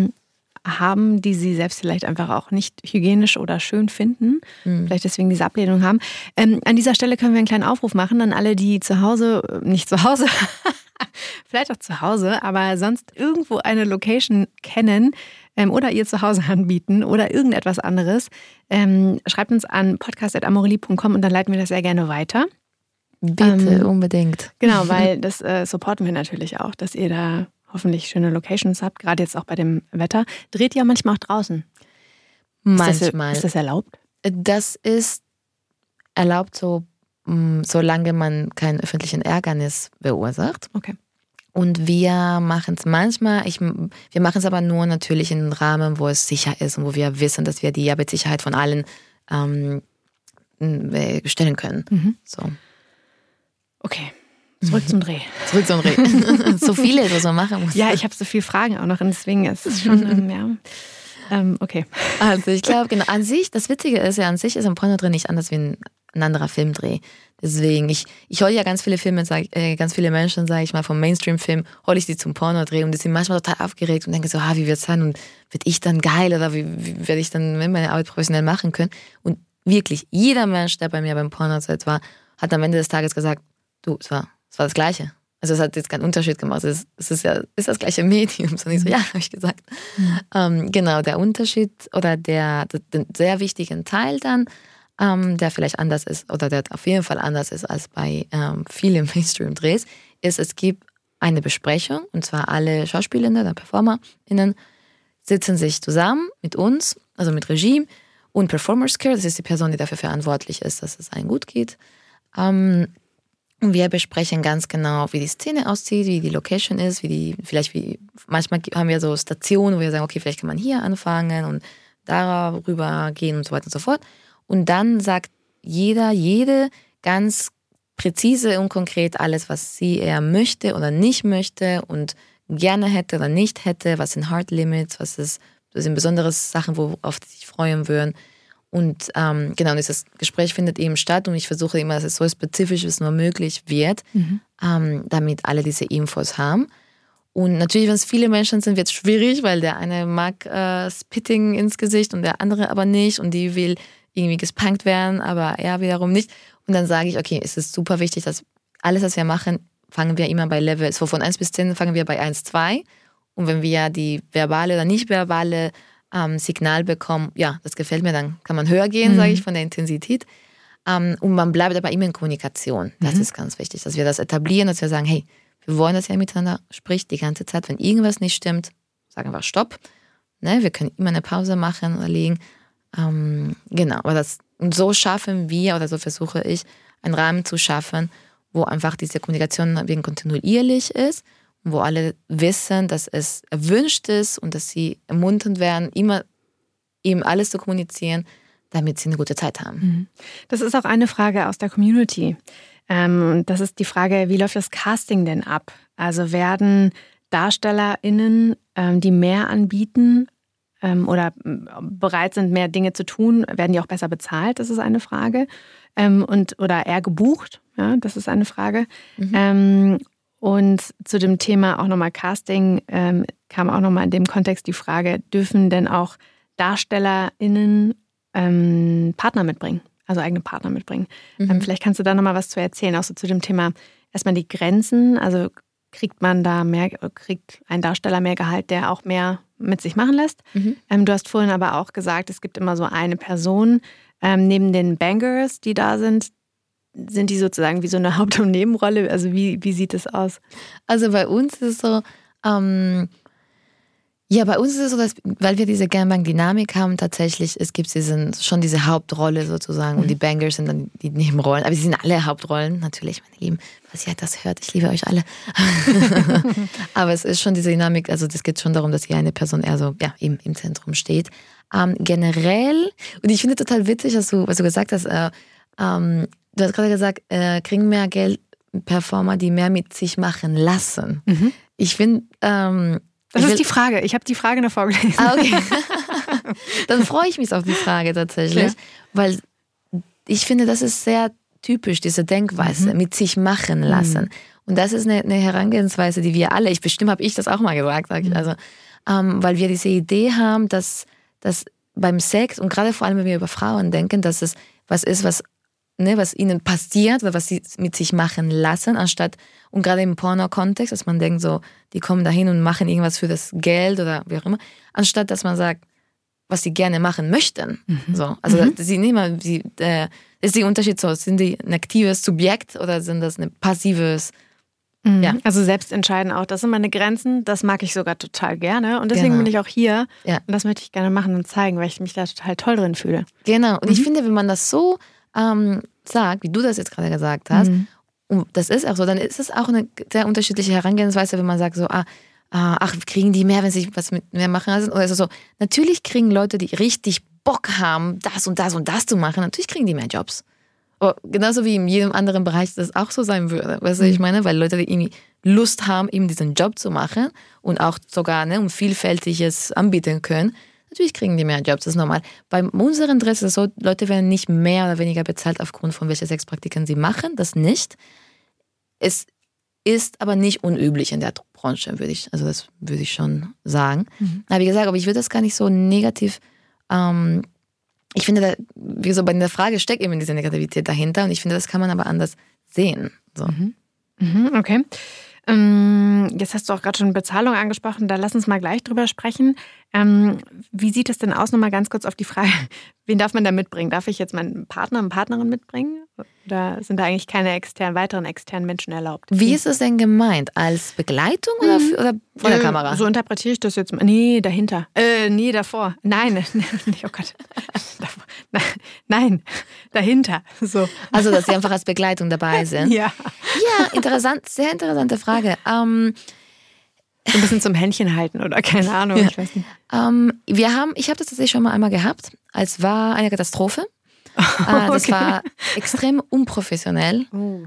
haben, die sie selbst vielleicht einfach auch nicht hygienisch oder schön finden. Vielleicht deswegen diese Ablehnung haben. An dieser Stelle können wir einen kleinen Aufruf machen an alle, die nicht zu Hause, vielleicht auch zu Hause, aber sonst irgendwo eine Location kennen oder ihr zu Hause anbieten oder irgendetwas anderes. Schreibt uns an podcast@amorelie.com und dann leiten wir das sehr gerne weiter.
Bitte, unbedingt.
Genau, weil das supporten wir natürlich auch, dass ihr da hoffentlich schöne Locations habt, gerade jetzt auch bei dem Wetter. Dreht ihr manchmal auch draußen?
Manchmal.
Ist das erlaubt?
Das ist erlaubt, solange man keinen öffentlichen Ärgernis verursacht.
Okay.
Und wir machen es manchmal, wir machen es aber nur natürlich in einem Rahmen, wo es sicher ist und wo wir wissen, dass wir die Arbeitssicherheit von allen stellen können. So.
Okay, zurück zum Dreh.
So viele, was man machen muss.
Ja, ich habe so viele Fragen auch noch und deswegen ist es schon, okay.
Also ich glaube, genau, an sich, das Witzige ist ja, an sich ist ein Porno drin nicht anders wie ein ein anderer Filmdreh. Deswegen, ich hole ja ganz viele Filme, ganz viele Menschen, sage ich mal, vom Mainstream-Film, hole ich die zum Pornodreh und die sind manchmal total aufgeregt und denken so, wie wird es sein und wird ich dann geil oder wie werde ich dann meine Arbeit professionell machen können? Und wirklich, jeder Mensch, der bei mir beim Pornoset war, hat am Ende des Tages gesagt, du, es war das Gleiche. Also es hat jetzt keinen Unterschied gemacht. Es ist das gleiche Medium. Und ich so, ja, habe ich gesagt. Genau, der Unterschied oder den sehr wichtigen Teil dann, der vielleicht anders ist oder der auf jeden Fall anders ist als bei vielen Mainstream-Drehs, ist, es gibt eine Besprechung und zwar alle Schauspielerinnen oder PerformerInnen sitzen sich zusammen mit uns, also mit Regie und Performers Care, das ist die Person, die dafür verantwortlich ist, dass es allen gut geht. Und wir besprechen ganz genau, wie die Szene aussieht, wie die Location ist, manchmal haben wir so Stationen, wo wir sagen, okay, vielleicht kann man hier anfangen und darüber gehen und so weiter und so fort. Und dann sagt jede ganz präzise und konkret alles, was er möchte oder nicht möchte und gerne hätte oder nicht hätte, was sind Hard Limits, was sind besondere Sachen, worauf sie sich freuen würden. Und genau, und dieses Gespräch findet eben statt und ich versuche immer, dass es so spezifisch wie es nur möglich wird, damit alle diese Infos haben. Und natürlich, wenn es viele Menschen sind, wird es schwierig, weil der eine mag Spitting ins Gesicht und der andere aber nicht und die will irgendwie gespankt werden, aber er wiederum nicht. Und dann sage ich, okay, es ist super wichtig, dass alles, was wir machen, fangen wir immer bei Level, so von 1 bis 10 fangen wir bei 1, 2. Und wenn wir die verbale oder nicht verbale Signal bekommen, ja, das gefällt mir, dann kann man höher gehen, sage ich, von der Intensität. Und man bleibt aber immer in Kommunikation. Das ist ganz wichtig, dass wir das etablieren, dass wir sagen, hey, wir wollen, dass ihr miteinander spricht die ganze Zeit. Wenn irgendwas nicht stimmt, sagen wir Stopp. Ne, wir können immer eine Pause machen oder legen. Genau, aber und so schaffen wir, oder so versuche ich, einen Rahmen zu schaffen, wo einfach diese Kommunikation kontinuierlich ist, wo alle wissen, dass es erwünscht ist und dass sie ermuntert werden, immer eben alles zu kommunizieren, damit sie eine gute Zeit haben.
Das ist auch eine Frage aus der Community. Das ist die Frage, wie läuft das Casting denn ab? Also werden DarstellerInnen, die mehr anbieten oder bereit sind, mehr Dinge zu tun, werden die auch besser bezahlt? Das ist eine Frage. Oder eher gebucht? Ja, das ist eine Frage. Und zu dem Thema auch nochmal Casting kam auch nochmal in dem Kontext die Frage, dürfen denn auch DarstellerInnen Partner mitbringen, also eigene Partner mitbringen? Vielleicht kannst du da nochmal was zu erzählen, auch so zu dem Thema erstmal die Grenzen, also kriegt ein Darsteller mehr Gehalt, der auch mehr mit sich machen lässt? Du hast vorhin aber auch gesagt, es gibt immer so eine Person, neben den Bangers, die da sind die sozusagen wie so eine Haupt- und Nebenrolle? Also wie sieht es aus?
Also bei uns ist es so, dass, weil wir diese Gangbang-Dynamik haben, tatsächlich, es gibt schon diese Hauptrolle sozusagen und die Bangers sind dann die Nebenrollen. Aber sie sind alle Hauptrollen, natürlich, meine Lieben, falls ihr das hört, ich liebe euch alle. Aber es ist schon diese Dynamik, also es geht schon darum, dass hier eine Person eher so im Zentrum steht. Generell, und ich finde total witzig, was du gesagt hast, du hast gerade gesagt, kriegen mehr Geld Performer, die mehr mit sich machen lassen. Ich finde...
das ist die Frage. Ich habe die Frage noch vorgelesen.
Okay. Dann freue ich mich auf die Frage tatsächlich, weil ich finde, das ist sehr typisch, diese Denkweise, mit sich machen lassen. Und das ist eine Herangehensweise, die wir alle, bestimmt habe ich das auch mal gesagt, sage ich, also, weil wir diese Idee haben, dass beim Sex und gerade vor allem, wenn wir über Frauen denken, dass es was ist, was ihnen passiert oder was sie mit sich machen lassen, anstatt, und gerade im Porno-Kontext, dass man denkt so, die kommen dahin und machen irgendwas für das Geld oder wie auch immer, anstatt dass man sagt, was sie gerne machen möchten. So, also das ist der Unterschied, so, sind die ein aktives Subjekt oder sind das ein passives?
Ja. Also selbst entscheiden auch, das sind meine Grenzen, das mag ich sogar total gerne und deswegen bin ich auch hier und das möchte ich gerne machen und zeigen, weil ich mich da total toll drin fühle.
Genau, und ich finde, wenn man das so sagt, wie du das jetzt gerade gesagt hast, und das ist auch so, dann ist es auch eine sehr unterschiedliche Herangehensweise, wenn man sagt so, kriegen die mehr, wenn sie was mit mehr machen? Oder ist es so, natürlich kriegen Leute, die richtig Bock haben, das und das und das zu machen, natürlich kriegen die mehr Jobs. Aber genauso wie in jedem anderen Bereich das auch so sein würde. Weißt du, ich meine? Weil Leute, die irgendwie Lust haben, eben diesen Job zu machen und auch sogar um Vielfältiges anbieten können, Natürlich kriegen die mehr Jobs, das ist normal. Bei unseren Drehs ist es so, Leute werden nicht mehr oder weniger bezahlt aufgrund von welcher Sexpraktiken sie machen, das nicht. Es ist aber nicht unüblich in der Branche, das würde ich schon sagen. Aber wie gesagt, ich würde das gar nicht so negativ, ich finde, wie so bei der Frage steckt eben diese Negativität dahinter und ich finde, das kann man aber anders sehen. So.
Okay. Jetzt hast du auch gerade schon Bezahlung angesprochen, da lass uns mal gleich drüber sprechen. Wie sieht es denn aus, nochmal ganz kurz auf die Frage, wen darf man da mitbringen? Darf ich jetzt meinen Partner und Partnerin mitbringen? Oder sind da eigentlich keine weiteren externen Menschen erlaubt?
Wie ist es denn gemeint? Als Begleitung oder vor der Kamera?
So interpretiere ich das jetzt. Nee, dahinter. Nee, davor. Nein, oh Gott. Nein, dahinter. So.
Also, dass sie einfach als Begleitung dabei sind?
Ja.
Ja, interessant, sehr interessante Frage.
So ein bisschen zum Händchen halten oder keine Ahnung, ich weiß nicht.
Ich habe das tatsächlich schon mal einmal gehabt. Es war eine Katastrophe. Das war extrem unprofessionell.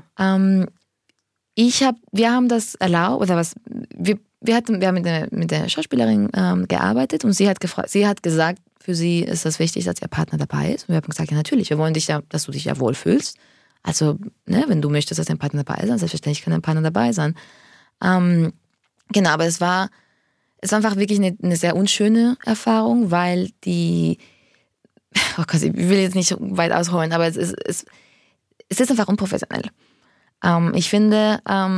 Wir haben das erlaubt, oder was? Wir haben mit der Schauspielerin gearbeitet und sie hat gesagt, für sie ist das wichtig, dass ihr Partner dabei ist. Und wir haben gesagt, ja natürlich, wir wollen dass du dich ja wohlfühlst. Also, ne, wenn du möchtest, dass dein Partner dabei ist, dann selbstverständlich kann dein Partner dabei sein. Genau, aber es war einfach wirklich eine sehr unschöne Erfahrung, weil oh Gott, ich will jetzt nicht weit ausholen, aber es ist einfach unprofessionell. Ich finde,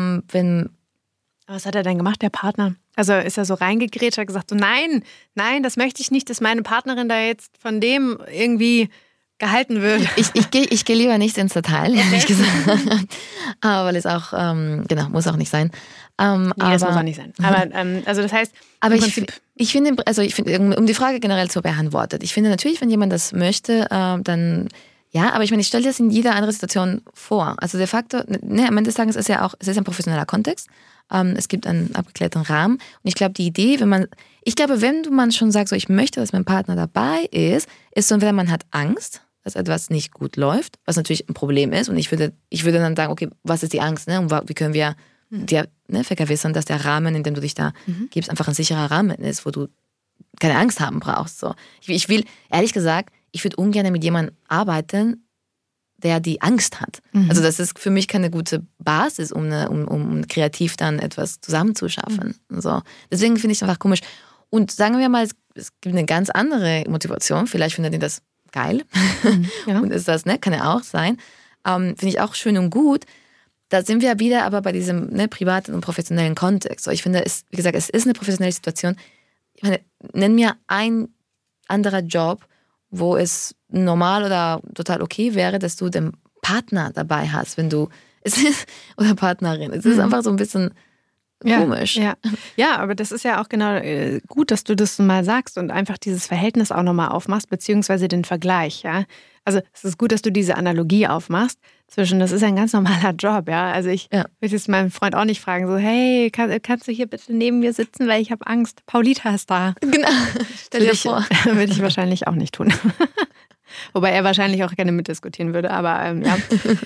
Was hat er denn gemacht, der Partner? Also ist er so reingegrätscht, hat gesagt so, nein, das möchte ich nicht, dass meine Partnerin da jetzt von dem irgendwie gehalten wird.
Ich gehe lieber nicht ins Detail, ehrlich gesagt. Aber weil es auch, muss auch nicht sein.
Das muss auch nicht sein. Aber also das heißt,
aber ich finde, um die Frage generell zu beantworten, ich finde natürlich, wenn jemand das möchte, dann ja, aber ich meine, ich stelle das in jeder anderen Situation vor. Also de facto, am Ende des Tages ist ja auch, es ist ein professioneller Kontext. Es gibt einen abgeklärten Rahmen. Und ich glaube, die Idee, wenn man schon sagt, so ich möchte, dass mein Partner dabei ist so, entweder man hat Angst, dass etwas nicht gut läuft, was natürlich ein Problem ist. Und ich würde dann sagen, okay, was ist die Angst? Ne? Und wie können wir dir vergewissern, dass der Rahmen, in dem du dich da gibst, einfach ein sicherer Rahmen ist, wo du keine Angst haben brauchst. So. Ich will, ehrlich gesagt, ich würde ungern mit jemandem arbeiten, der die Angst hat. Also das ist für mich keine gute Basis, um kreativ dann etwas zusammenzuschaffen. So. Deswegen finde ich es einfach komisch. Und sagen wir mal, es gibt eine ganz andere Motivation. Vielleicht findet ihr das geil. Ja. Und ist das, kann ja auch sein. Finde ich auch schön und gut. Da sind wir wieder aber bei diesem privaten und professionellen Kontext. So, ich finde, wie gesagt, es ist eine professionelle Situation. Ich meine, nenn mir ein anderer Job, wo es normal oder total okay wäre, dass du den Partner dabei hast, oder Partnerin. Es ist einfach so ein bisschen komisch.
Ja, aber das ist ja auch genau gut, dass du das mal sagst und einfach dieses Verhältnis auch nochmal aufmachst, beziehungsweise den Vergleich, ja. Also es ist gut, dass du diese Analogie aufmachst zwischen, das ist ein ganz normaler Job, ja. Also ich würde jetzt meinen Freund auch nicht fragen, so, hey, kannst du hier bitte neben mir sitzen, weil ich habe Angst, Paulita ist da.
Genau, stell dir vor.
Würde ich wahrscheinlich auch nicht tun. Wobei er wahrscheinlich auch gerne mitdiskutieren würde, aber ja.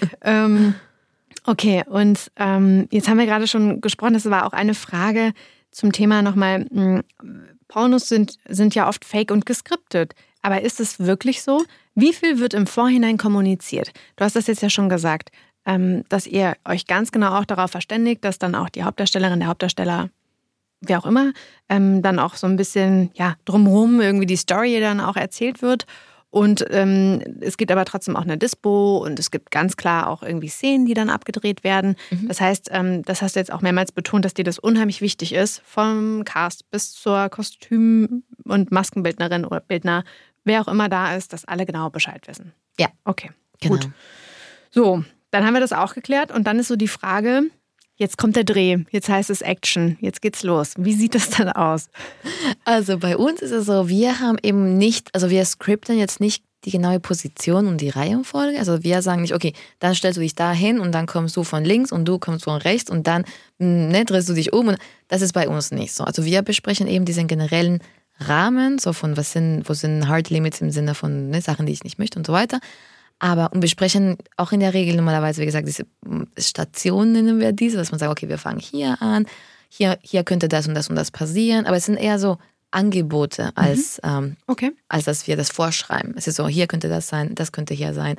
Okay, und jetzt haben wir gerade schon gesprochen, das war auch eine Frage zum Thema nochmal, Pornos sind ja oft fake und geskriptet. Aber ist es wirklich so? Wie viel wird im Vorhinein kommuniziert? Du hast das jetzt ja schon gesagt, dass ihr euch ganz genau auch darauf verständigt, dass dann auch die Hauptdarstellerin, der Hauptdarsteller, wer auch immer, dann auch so ein bisschen drumherum irgendwie die Story dann auch erzählt wird. Und es gibt aber trotzdem auch eine Dispo und es gibt ganz klar auch irgendwie Szenen, die dann abgedreht werden. Das heißt, das hast du jetzt auch mehrmals betont, dass dir das unheimlich wichtig ist, vom Cast bis zur Kostüm- und Maskenbildnerin oder Bildner, wer auch immer da ist, dass alle genau Bescheid wissen.
Ja.
Okay,
genau.
Gut. So, dann haben wir das auch geklärt und dann ist so die Frage, jetzt kommt der Dreh, jetzt heißt es Action, jetzt geht's los. Wie sieht das dann aus?
Also bei uns ist es so, wir haben eben nicht, also wir skripten jetzt nicht die genaue Position und die Reihenfolge. Also wir sagen nicht, okay, dann stellst du dich da hin und dann kommst du von links und du kommst von rechts und dann drehst du dich um. Und das ist bei uns nicht so. Also wir besprechen eben diesen generellen Rahmen, so von wo sind Hard Limits im Sinne von Sachen, die ich nicht möchte und so weiter. Und wir sprechen auch in der Regel normalerweise, wie gesagt, diese Stationen nennen wir diese, dass man sagt, okay, wir fangen hier an, hier könnte das und das und das passieren. Aber es sind eher so Angebote, als dass wir das vorschreiben. Es ist so, hier könnte das sein, das könnte hier sein.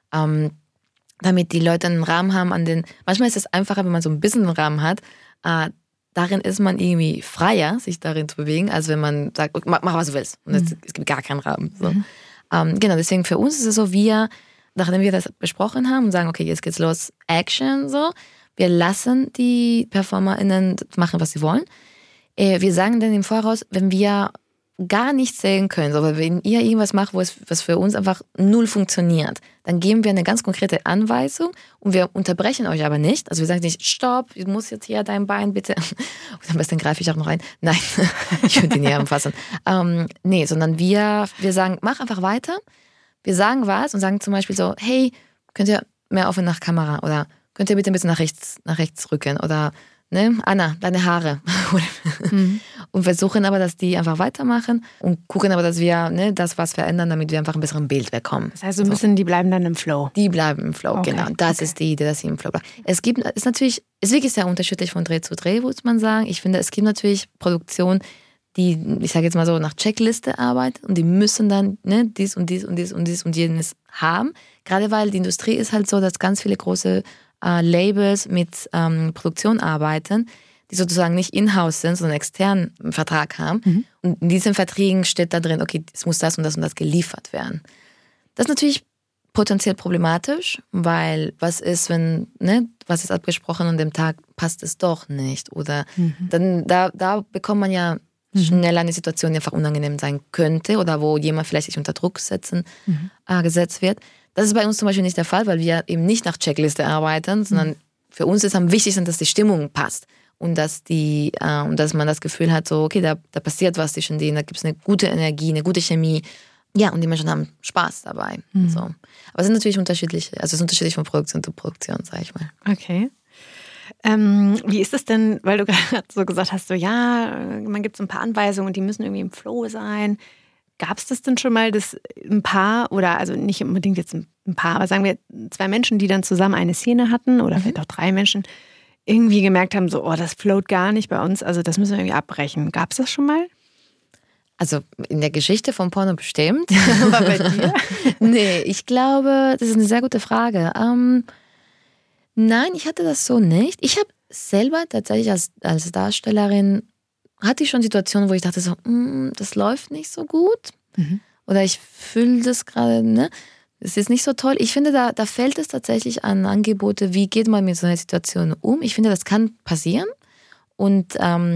Damit die Leute einen Rahmen haben manchmal ist es einfacher, wenn man so ein bisschen einen Rahmen hat. Darin ist man irgendwie freier, sich darin zu bewegen, als wenn man sagt, okay, mach was du willst. Und es gibt gar keinen Rahmen. So. Genau, deswegen für uns ist es so, nachdem wir das besprochen haben und sagen, okay, jetzt geht's los, Action, so. Wir lassen die PerformerInnen machen, was sie wollen. Wir sagen dann im Voraus, wenn wir gar nichts sehen können, aber wenn ihr irgendwas macht, was für uns einfach null funktioniert, dann geben wir eine ganz konkrete Anweisung und wir unterbrechen euch aber nicht. Also wir sagen nicht, stopp, du musst jetzt hier dein Bein bitte, und am besten greife ich auch noch ein. Nein, ich würde ihn nicht anfassen. Nee, sondern wir sagen, mach einfach weiter. Wir sagen was und sagen zum Beispiel so, hey, könnt ihr mehr offen nach Kamera oder könnt ihr bitte ein bisschen nach rechts rücken oder ne, Anna, deine Haare. Und versuchen aber, dass die einfach weitermachen und gucken aber, dass wir das was verändern, damit wir einfach ein bisschen Bild bekommen.
Das heißt so ein bisschen, die bleiben dann im Flow.
Die bleiben im Flow, genau. Das ist die Idee, dass sie im Flow bleiben. Es ist wirklich sehr unterschiedlich von Dreh zu Dreh, muss man sagen. Ich finde, es gibt natürlich Produktionen, die, ich sage jetzt mal so, nach Checkliste arbeiten und die müssen dann dies und dies und dies und dies und jenes haben. Gerade weil die Industrie ist halt so, dass ganz viele große Labels mit Produktion arbeiten, die sozusagen nicht in-house sind, sondern einen externen Vertrag haben. Und in diesen Verträgen steht da drin, okay, es muss das und das und das geliefert werden. Das ist natürlich potenziell problematisch, weil was ist, wenn, was ist abgesprochen und dem Tag passt es doch nicht. Oder dann da bekommt man ja schneller eine Situation, die einfach unangenehm sein könnte oder wo jemand vielleicht sich unter Druck gesetzt wird. Das ist bei uns zum Beispiel nicht der Fall, weil wir eben nicht nach Checkliste arbeiten, sondern für uns ist am wichtigsten, dass die Stimmung passt und dass man das Gefühl hat, so okay, da passiert was zwischen denen, da gibt es eine gute Energie, eine gute Chemie. Ja, und die Menschen haben Spaß dabei. So. Aber es sind natürlich unterschiedlich, also es ist unterschiedlich von Produktion zu Produktion, sage ich mal.
Okay. Wie ist das denn, weil du gerade so gesagt hast, so ja, man gibt so ein paar Anweisungen und die müssen irgendwie im Flow sein. Gab es das denn schon mal, dass ein Paar oder also nicht unbedingt jetzt ein Paar, aber sagen wir 2 Menschen, die dann zusammen eine Szene hatten oder vielleicht auch 3 Menschen, irgendwie gemerkt haben, so, oh, das float gar nicht bei uns, also das müssen wir irgendwie abbrechen. Gab es das schon mal?
Also in der Geschichte von Porno bestimmt.
Aber bei dir?
Nee, ich glaube, das ist eine sehr gute Frage. Nein, ich hatte das so nicht. Ich habe selber tatsächlich als Darstellerin, hatte ich schon Situationen, wo ich dachte so, das läuft nicht so gut. Oder ich fühle das gerade, es ist nicht so toll. Ich finde, da fällt es tatsächlich an Angebote, wie geht man mit so einer Situation um. Ich finde, das kann passieren. Und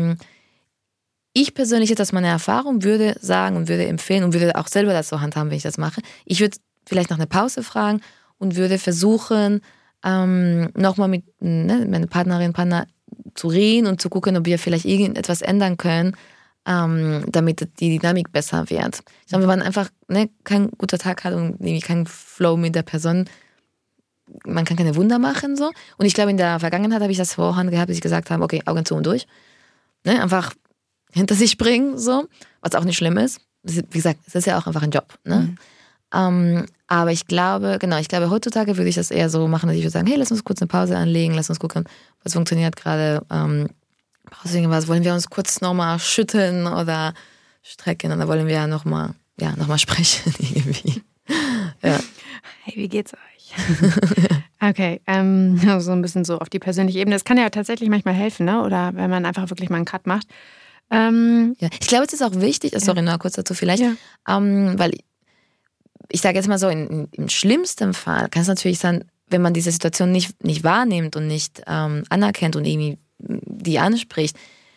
ich persönlich jetzt aus meiner Erfahrung würde sagen und würde empfehlen und würde auch selber das so handhaben, wenn ich das mache. Ich würde vielleicht nach einer Pause fragen und würde versuchen, nochmal mit meiner Partner zu reden und zu gucken, ob wir vielleicht irgendetwas ändern können, damit die Dynamik besser wird. Ich glaube, wenn man einfach keinen guten Tag hat und irgendwie keinen Flow mit der Person, man kann keine Wunder machen. So. Und ich glaube, in der Vergangenheit habe ich das vorhand gehabt, dass ich gesagt habe, okay, Augen zu und durch. Einfach hinter sich bringen, so, was auch nicht schlimm ist. Wie gesagt, es ist ja auch einfach ein Job. Aber ich glaube, heutzutage würde ich das eher so machen, dass ich würde sagen, hey, lass uns kurz eine Pause anlegen, lass uns gucken, was funktioniert gerade. Brauchst du irgendwas? Wollen wir uns kurz nochmal schütteln oder strecken? Und dann wollen wir nochmal sprechen irgendwie. Ja.
Hey, wie geht's euch? Okay, so ein bisschen so auf die persönliche Ebene. Das kann ja tatsächlich manchmal helfen, ne? Oder wenn man einfach wirklich mal einen Cut macht.
Ja. Ich glaube, es ist auch wichtig, sorry, nur kurz dazu vielleicht, weil ich sage jetzt mal so, im schlimmsten Fall kann es natürlich sein, wenn man diese Situation nicht wahrnimmt und nicht anerkennt und irgendwie die anspricht.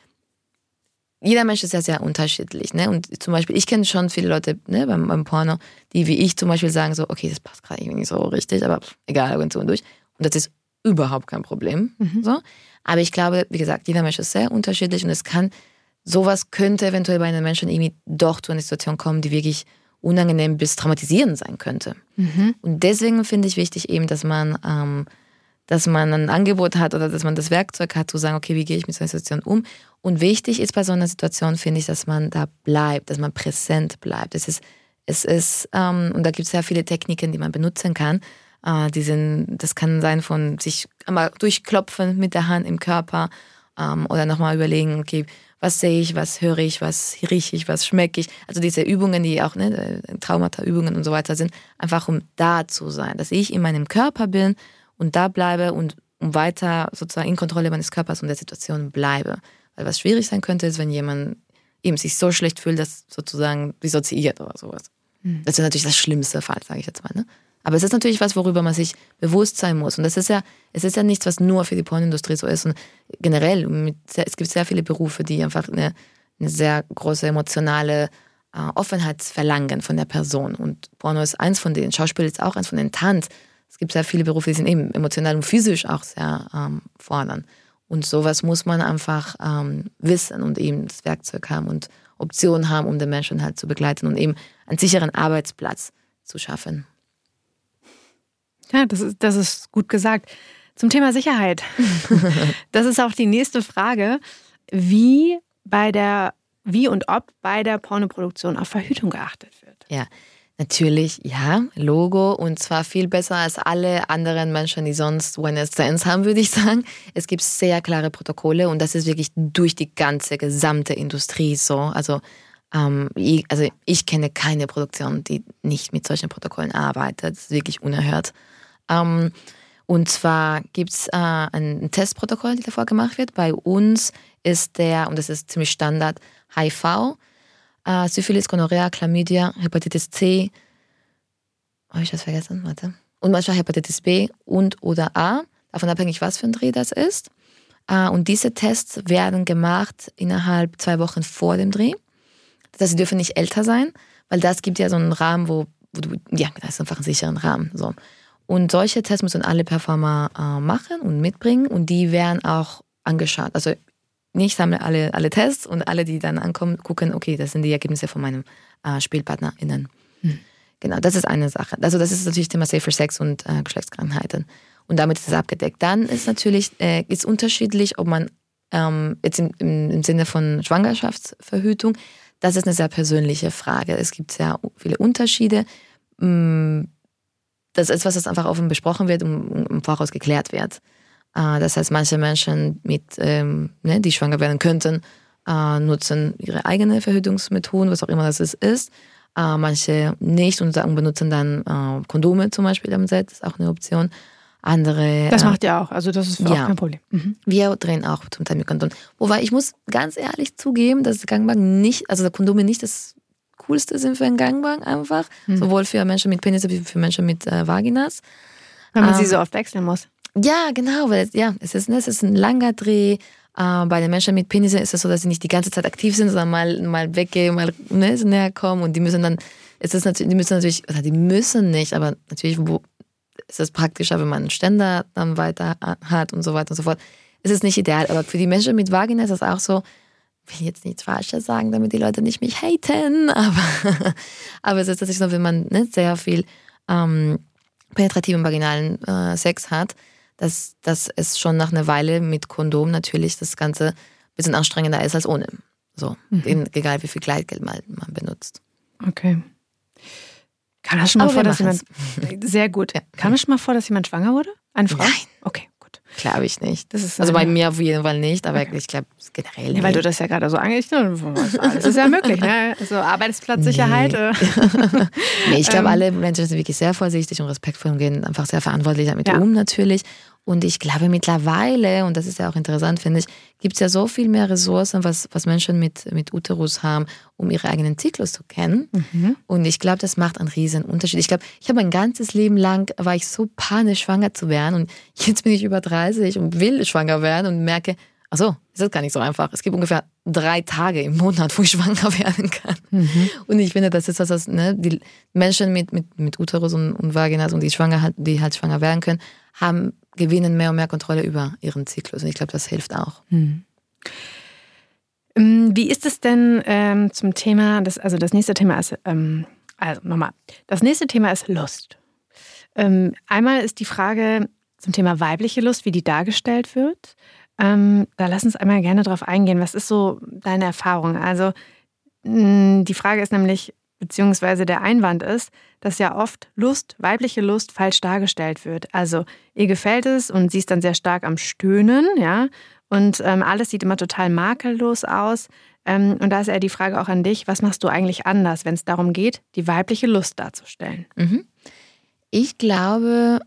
Jeder Mensch ist ja sehr unterschiedlich. Und zum Beispiel, ich kenne schon viele Leute beim Porno, die wie ich zum Beispiel sagen so, okay, das passt gerade irgendwie nicht so richtig, aber egal, und so und durch. Und das ist überhaupt kein Problem. So. Aber ich glaube, wie gesagt, jeder Mensch ist sehr unterschiedlich und sowas könnte eventuell bei einem Menschen irgendwie doch zu einer Situation kommen, die wirklich unangenehm bis traumatisierend sein könnte. Und deswegen finde ich wichtig eben, dass man ein Angebot hat oder dass man das Werkzeug hat, zu sagen, okay, wie gehe ich mit so einer Situation um? Und wichtig ist bei so einer Situation, finde ich, dass man da bleibt, dass man präsent bleibt. Es ist und da gibt es sehr viele Techniken, die man benutzen kann. Das kann sein von sich einmal durchklopfen mit der Hand im Körper oder nochmal überlegen, okay, was sehe ich, was höre ich, was rieche ich, was schmecke ich. Also diese Übungen, die auch Traumata-Übungen und so weiter sind, einfach um da zu sein, dass ich in meinem Körper bin und da bleibe und um weiter sozusagen in Kontrolle meines Körpers und der Situation bleibe. Weil was schwierig sein könnte, ist, wenn jemand eben sich so schlecht fühlt, dass sozusagen dissoziiert oder sowas. Das ist natürlich das schlimmste Fall, sage ich jetzt mal. Ne? Aber es ist natürlich was, worüber man sich bewusst sein muss. Und es ist ja nichts, was nur für die Pornoindustrie so ist. Und generell, es gibt sehr viele Berufe, die einfach eine sehr große emotionale Offenheit verlangen von der Person. Und Porno ist eins von denen. Schauspiel ist auch eins von denen. Tanz. Es gibt sehr viele Berufe, die sind eben emotional und physisch auch sehr fordern. Und sowas muss man einfach wissen und eben das Werkzeug haben und Optionen haben, um den Menschen halt zu begleiten und eben einen sicheren Arbeitsplatz zu schaffen.
Ja, das ist gut gesagt. Zum Thema Sicherheit. Das ist auch die nächste Frage. Wie und ob bei der Pornoproduktion auf Verhütung geachtet wird.
Ja, natürlich, ja, Logo, und zwar viel besser als alle anderen Menschen, die sonst One-Night-Stands haben, würde ich sagen. Es gibt sehr klare Protokolle und das ist wirklich durch die gesamte Industrie so. Also ich kenne keine Produktion, die nicht mit solchen Protokollen arbeitet. Das ist wirklich unerhört. Und zwar gibt es ein Testprotokoll, das davor gemacht wird. Bei uns ist und das ist ziemlich Standard, HIV, Syphilis, Gonorrhea, Chlamydia, Hepatitis C, habe ich das vergessen? Warte. Und manchmal Hepatitis B und oder A, davon abhängig, was für ein Dreh das ist. Und diese Tests werden gemacht innerhalb 2 Wochen vor dem Dreh. Das heißt, sie dürfen nicht älter sein, weil das gibt ja so einen Rahmen, wo du, ja, das ist einfach einen sicheren Rahmen. So. Und solche Tests müssen alle Performer machen und mitbringen und die werden auch angeschaut. Also ich sammle alle Tests und alle, die dann ankommen, gucken, okay, das sind die Ergebnisse von meinen SpielpartnerInnen. Genau, das ist eine Sache. Also das ist natürlich Thema Safer Sex und Geschlechtskrankheiten. Und damit ist es abgedeckt. Dann ist natürlich ist unterschiedlich, ob man jetzt im Sinne von Schwangerschaftsverhütung, das ist eine sehr persönliche Frage. Es gibt sehr viele Unterschiede. Das ist was, das einfach offen besprochen wird und im Voraus geklärt wird. Das heißt, manche Menschen, die schwanger werden könnten, nutzen ihre eigene Verhütungsmethoden, was auch immer das ist. Manche nicht und benutzen dann Kondome zum Beispiel am Set, das ist auch eine Option. Andere.
Das macht ihr auch, also das ist auch kein Problem.
Wir drehen auch zum Teil mit Kondom. Wobei ich muss ganz ehrlich zugeben, dass Gangbang nicht, also Kondome nicht das Coolste sind für einen Gangbang einfach, sowohl für Menschen mit Penis wie für Menschen mit Vaginas.
Weil man sie so oft wechseln muss.
Ja, genau, weil es ist ein langer Dreh. Bei den Menschen mit Penisse ist es so, dass sie nicht die ganze Zeit aktiv sind, sondern mal weggehen, mal näher kommen und die müssen dann, die müssen nicht, aber natürlich ist es praktischer, wenn man einen Ständer dann weiter hat und so weiter und so fort. Es ist nicht ideal, aber für die Menschen mit Vagina ist es auch so, ich will jetzt nichts Falsches sagen, damit die Leute nicht mich haten, aber es ist tatsächlich so, wenn man sehr viel penetrativen vaginalen Sex hat, dass es schon nach einer Weile mit Kondom natürlich das Ganze ein bisschen anstrengender ist als ohne. So, egal wie viel Kleidgeld man benutzt.
Okay. Kam das schon mal vor, dass jemand... Sehr gut. Ja. Kam das schon mal vor, dass jemand schwanger wurde? Eine Frau?
Nein.
Okay, gut.
Glaube ich nicht. Also bei mir auf jeden Fall nicht, aber ich glaube generell nicht.
Ja, weil du das ja gerade so angesprochen hast. Das ist ja möglich, ne? Also Arbeitsplatzsicherheit.
Nee, ich glaube, alle Menschen sind wirklich sehr vorsichtig und respektvoll und gehen einfach sehr verantwortlich damit um natürlich. Und ich glaube mittlerweile, und das ist ja auch interessant, finde ich, gibt es ja so viel mehr Ressourcen, was Menschen mit Uterus haben, um ihre eigenen Zyklus zu kennen. Und ich glaube, das macht einen riesen Unterschied. Ich glaube, ich habe mein ganzes Leben lang, war ich so panisch, schwanger zu werden. Und jetzt bin ich über 30 und will schwanger werden und merke, ach so, ist das gar nicht so einfach. Es gibt ungefähr 3 Tage im Monat, wo ich schwanger werden kann. Und ich finde, das ist das, die Menschen mit Uterus und Vaginas und die halt schwanger werden können, gewinnen mehr und mehr Kontrolle über ihren Zyklus. Und ich glaube, das hilft auch.
Wie ist es denn zum Thema, das nächste Thema ist, das nächste Thema ist Lust. Einmal ist die Frage zum Thema weibliche Lust, wie die dargestellt wird. Da lass uns einmal gerne drauf eingehen. Was ist so deine Erfahrung? Also die Frage ist nämlich, beziehungsweise der Einwand ist, dass ja oft weibliche Lust falsch dargestellt wird. Also ihr gefällt es und sie ist dann sehr stark am Stöhnen, ja, und alles sieht immer total makellos aus. Und da ist eher die Frage auch an dich, was machst du eigentlich anders, wenn es darum geht, die weibliche Lust darzustellen?
Ich glaube,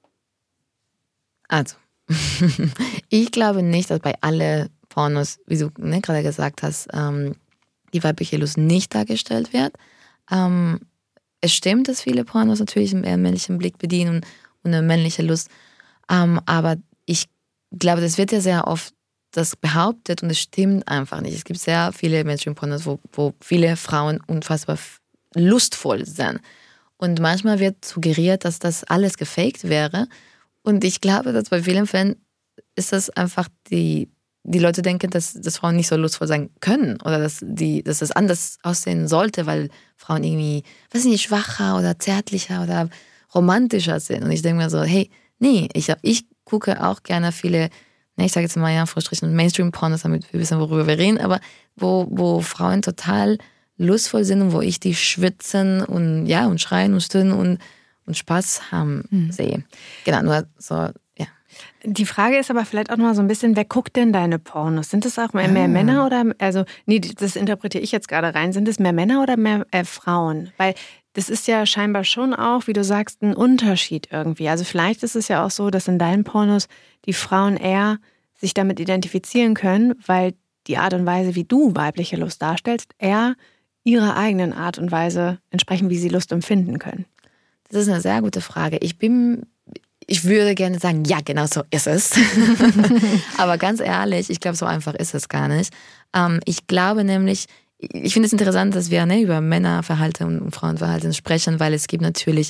ich glaube nicht, dass bei alle Pornos, wie du gerade gesagt hast, die weibliche Lust nicht dargestellt wird. Es stimmt, dass viele Pornos natürlich einen männlichen Blick bedienen und eine männliche Lust. Aber ich glaube, das wird ja sehr oft das behauptet und es stimmt einfach nicht. Es gibt sehr viele Mainstream-Pornos, wo viele Frauen unfassbar lustvoll sind. Und manchmal wird suggeriert, dass das alles gefaked wäre. Und ich glaube, dass bei vielen Fällen ist das einfach die Leute denken, dass Frauen nicht so lustvoll sein können oder dass das anders aussehen sollte, weil Frauen irgendwie, weiß nicht, schwacher oder zärtlicher oder romantischer sind. Und ich denke mir so, hey, nee, ich gucke auch gerne viele, ich sage jetzt mal ja, Mainstream-Pornos, damit wir wissen, worüber wir reden, aber wo Frauen total lustvoll sind und wo ich die schwitzen und schreien und stöhnen und Spaß haben sehe. Genau, nur so, ja.
Die Frage ist aber vielleicht auch noch mal so ein bisschen, wer guckt denn deine Pornos? Sind es auch mehr Männer oder, das interpretiere ich jetzt gerade rein, sind es mehr Männer oder mehr Frauen? Weil das ist ja scheinbar schon auch, wie du sagst, ein Unterschied irgendwie. Also vielleicht ist es ja auch so, dass in deinen Pornos die Frauen eher sich damit identifizieren können, weil die Art und Weise, wie du weibliche Lust darstellst, eher ihrer eigenen Art und Weise entsprechen, wie sie Lust empfinden können.
Das ist eine sehr gute Frage. Ich würde gerne sagen, ja, genau so ist es. Aber ganz ehrlich, ich glaube, so einfach ist es gar nicht. Ich glaube nämlich, ich finde es interessant, dass wir über Männerverhalten und Frauenverhalten sprechen, weil es gibt natürlich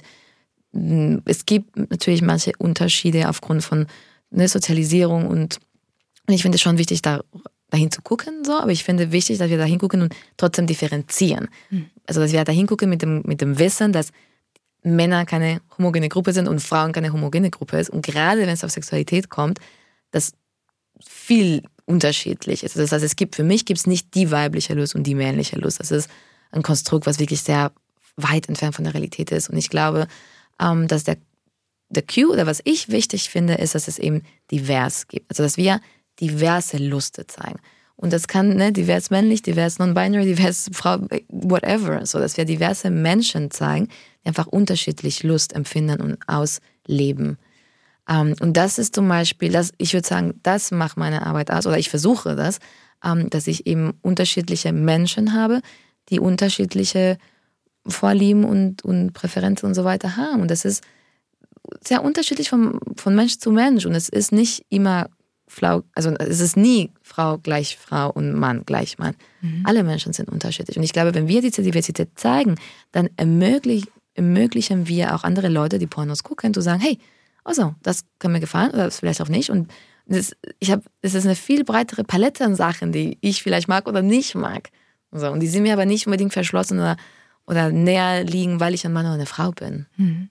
manche Unterschiede aufgrund von Sozialisierung und ich finde es schon wichtig, dahin zu gucken, so, aber ich finde wichtig, dass wir dahin gucken und trotzdem differenzieren. Also, dass wir dahin gucken mit dem Wissen, dass Männer keine homogene Gruppe sind und Frauen keine homogene Gruppe ist. Und gerade wenn es auf Sexualität kommt, das viel unterschiedlich ist. Das heißt, für mich gibt es nicht die weibliche Lust und die männliche Lust. Das ist ein Konstrukt, was wirklich sehr weit entfernt von der Realität ist. Und ich glaube, dass der Cue oder was ich wichtig finde, ist, dass es eben divers gibt. Also, dass wir diverse Luste zeigen. Und das kann divers männlich, divers non-binary, divers Frau, whatever. So, dass wir diverse Menschen zeigen, die einfach unterschiedlich Lust empfinden und ausleben. Und das ist zum Beispiel, ich würde sagen, das macht meine Arbeit aus, oder ich versuche das, dass ich eben unterschiedliche Menschen habe, die unterschiedliche Vorlieben und Präferenzen und so weiter haben. Und das ist sehr unterschiedlich von Mensch zu Mensch. Und es ist nicht immer es ist nie Frau gleich Frau und Mann gleich Mann. Alle Menschen sind unterschiedlich. Und ich glaube, wenn wir diese Diversität zeigen, dann ermöglichen wir auch andere Leute, die Pornos gucken, zu sagen, hey, also, das kann mir gefallen oder das vielleicht auch nicht. Und es ist eine viel breitere Palette an Sachen, die ich vielleicht mag oder nicht mag. So, und die sind mir aber nicht unbedingt verschlossen oder näher liegen, weil ich ein Mann oder eine Frau bin.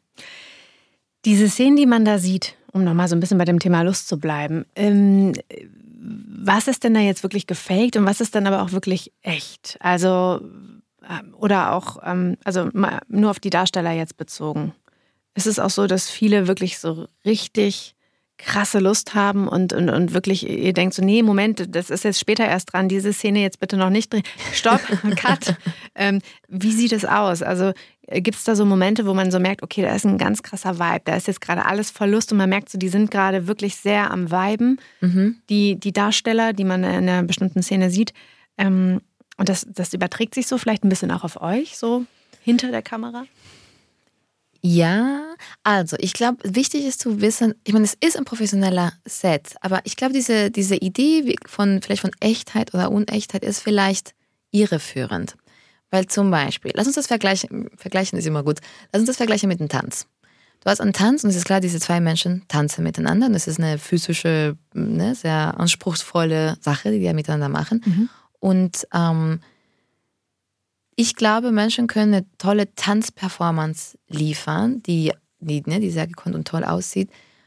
Diese Szenen, die man da sieht, um nochmal so ein bisschen bei dem Thema Lust zu bleiben, was ist denn da jetzt wirklich gefaked und was ist dann aber auch wirklich echt? Also, oder auch, nur auf die Darsteller jetzt bezogen. Ist es auch so, dass viele wirklich so richtig krasse Lust haben und wirklich, ihr denkt so, nee, Moment, das ist jetzt später erst dran, diese Szene jetzt bitte noch nicht drin. Stopp, Cut. Wie sieht es aus? Also gibt es da so Momente, wo man so merkt, okay, da ist ein ganz krasser Vibe, da ist jetzt gerade alles voll Lust und man merkt so, die sind gerade wirklich sehr am Viben, die Darsteller, die man in einer bestimmten Szene sieht. Und das überträgt sich so vielleicht ein bisschen auch auf euch, so hinter der Kamera?
Ja, also ich glaube, wichtig ist zu wissen, ich meine, es ist ein professioneller Set, aber ich glaube, diese Idee vielleicht von Echtheit oder Unechtheit ist vielleicht irreführend. Weil zum Beispiel, lass uns das vergleichen ist immer gut, lass uns das vergleichen mit einem Tanz. Du hast einen Tanz und es ist klar, diese zwei Menschen tanzen miteinander und es ist eine physische, sehr anspruchsvolle Sache, die wir miteinander machen. Und ich glaube, Menschen können eine tolle Tanzperformance liefern, die sehr gekonnt und toll aussieht.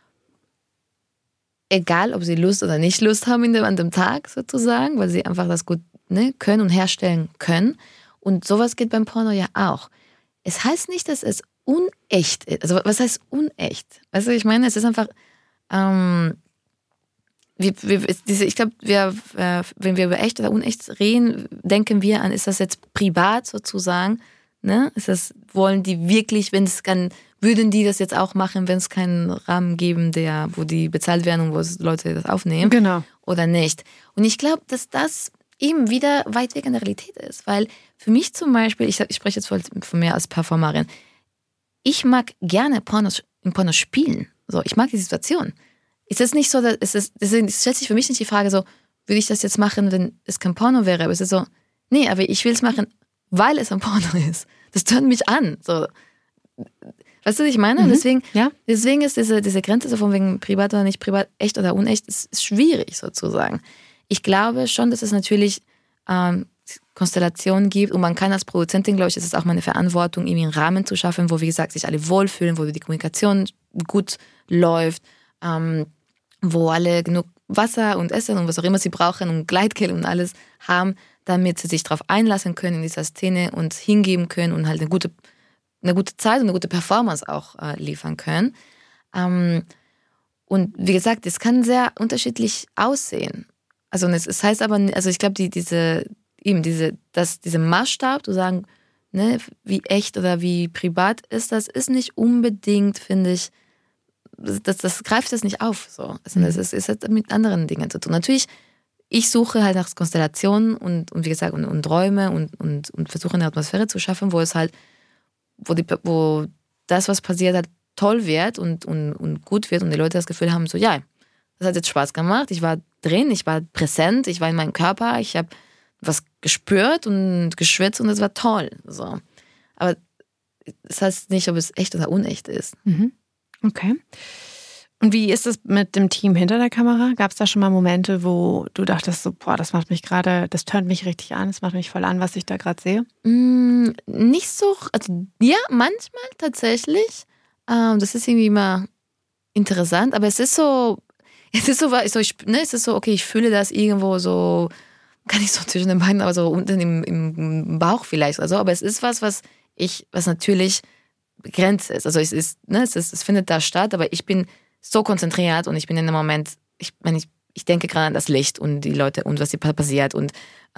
Egal, ob sie Lust oder nicht Lust haben an dem Tag sozusagen, weil sie einfach das gut können und herstellen können. Und sowas geht beim Porno ja auch. Es heißt nicht, dass es unecht ist. Also was heißt unecht? Also ich meine, es ist einfach, ich glaube, wenn wir über echt oder unecht reden, denken wir an, ist das jetzt privat sozusagen? Ne? Wollen die wirklich, wenn es kann, würden die das jetzt auch machen, wenn es keinen Rahmen geben, wo die bezahlt werden und wo Leute das aufnehmen?
Genau.
Oder nicht? Und ich glaube, dass das eben wieder weit weg an der Realität ist. Weil für mich zum Beispiel, ich spreche jetzt von mir als Performerin, ich mag gerne in Pornos spielen. So, ich mag die Situation. Es ist nicht so, es stellt sich für mich nicht die Frage so, würde ich das jetzt machen, wenn es kein Porno wäre? Aber es ist so, nee, aber ich will es machen, weil es ein Porno ist. Das tönt mich an. So. Weißt du, was ich meine?
Mhm.
Deswegen ist diese Grenze so von wegen privat oder nicht privat, echt oder unecht, ist schwierig sozusagen. Ich glaube schon, dass es natürlich Konstellationen gibt und man kann als Produzentin, glaube ich, ist es auch meine Verantwortung, irgendwie einen Rahmen zu schaffen, wo, wie gesagt, sich alle wohlfühlen, wo die Kommunikation gut läuft, wo alle genug Wasser und Essen und was auch immer sie brauchen und Gleitgel und alles haben, damit sie sich darauf einlassen können in dieser Szene und hingeben können und halt eine gute Zeit und eine gute Performance auch liefern können. Und wie gesagt, es kann sehr unterschiedlich aussehen. Also es heißt aber, also ich glaube, dieser Maßstab, zu sagen, ne, wie echt oder wie privat ist das, ist nicht unbedingt, finde ich, das greift das nicht auf. So. Also es hat mit anderen Dingen zu tun. Natürlich, ich suche halt nach Konstellationen und wie gesagt, und Räume und versuche eine Atmosphäre zu schaffen, wo es halt, wo das, was passiert, halt toll wird und gut wird und die Leute das Gefühl haben, so, ja, das hat jetzt Spaß gemacht, ich war drin, ich war präsent, ich war in meinem Körper, ich habe was gespürt und geschwitzt und es war toll. So. Aber das heißt nicht, ob es echt oder unecht ist.
Mhm. Okay. Und wie ist es mit dem Team hinter der Kamera? Gab es da schon mal Momente, wo du dachtest, so, boah, das tönt mich richtig an, das macht mich voll an, was ich da gerade sehe?
Nicht so, also ja, manchmal tatsächlich. Das ist irgendwie immer interessant, aber es ist so, okay, ich fühle das irgendwo so, gar nicht so zwischen den Beinen, aber so unten im Bauch vielleicht oder so, aber es ist was natürlich begrenzt ist. Also es findet da statt, aber ich bin so konzentriert und ich bin in dem Moment, ich denke gerade an das Licht und die Leute und was passiert und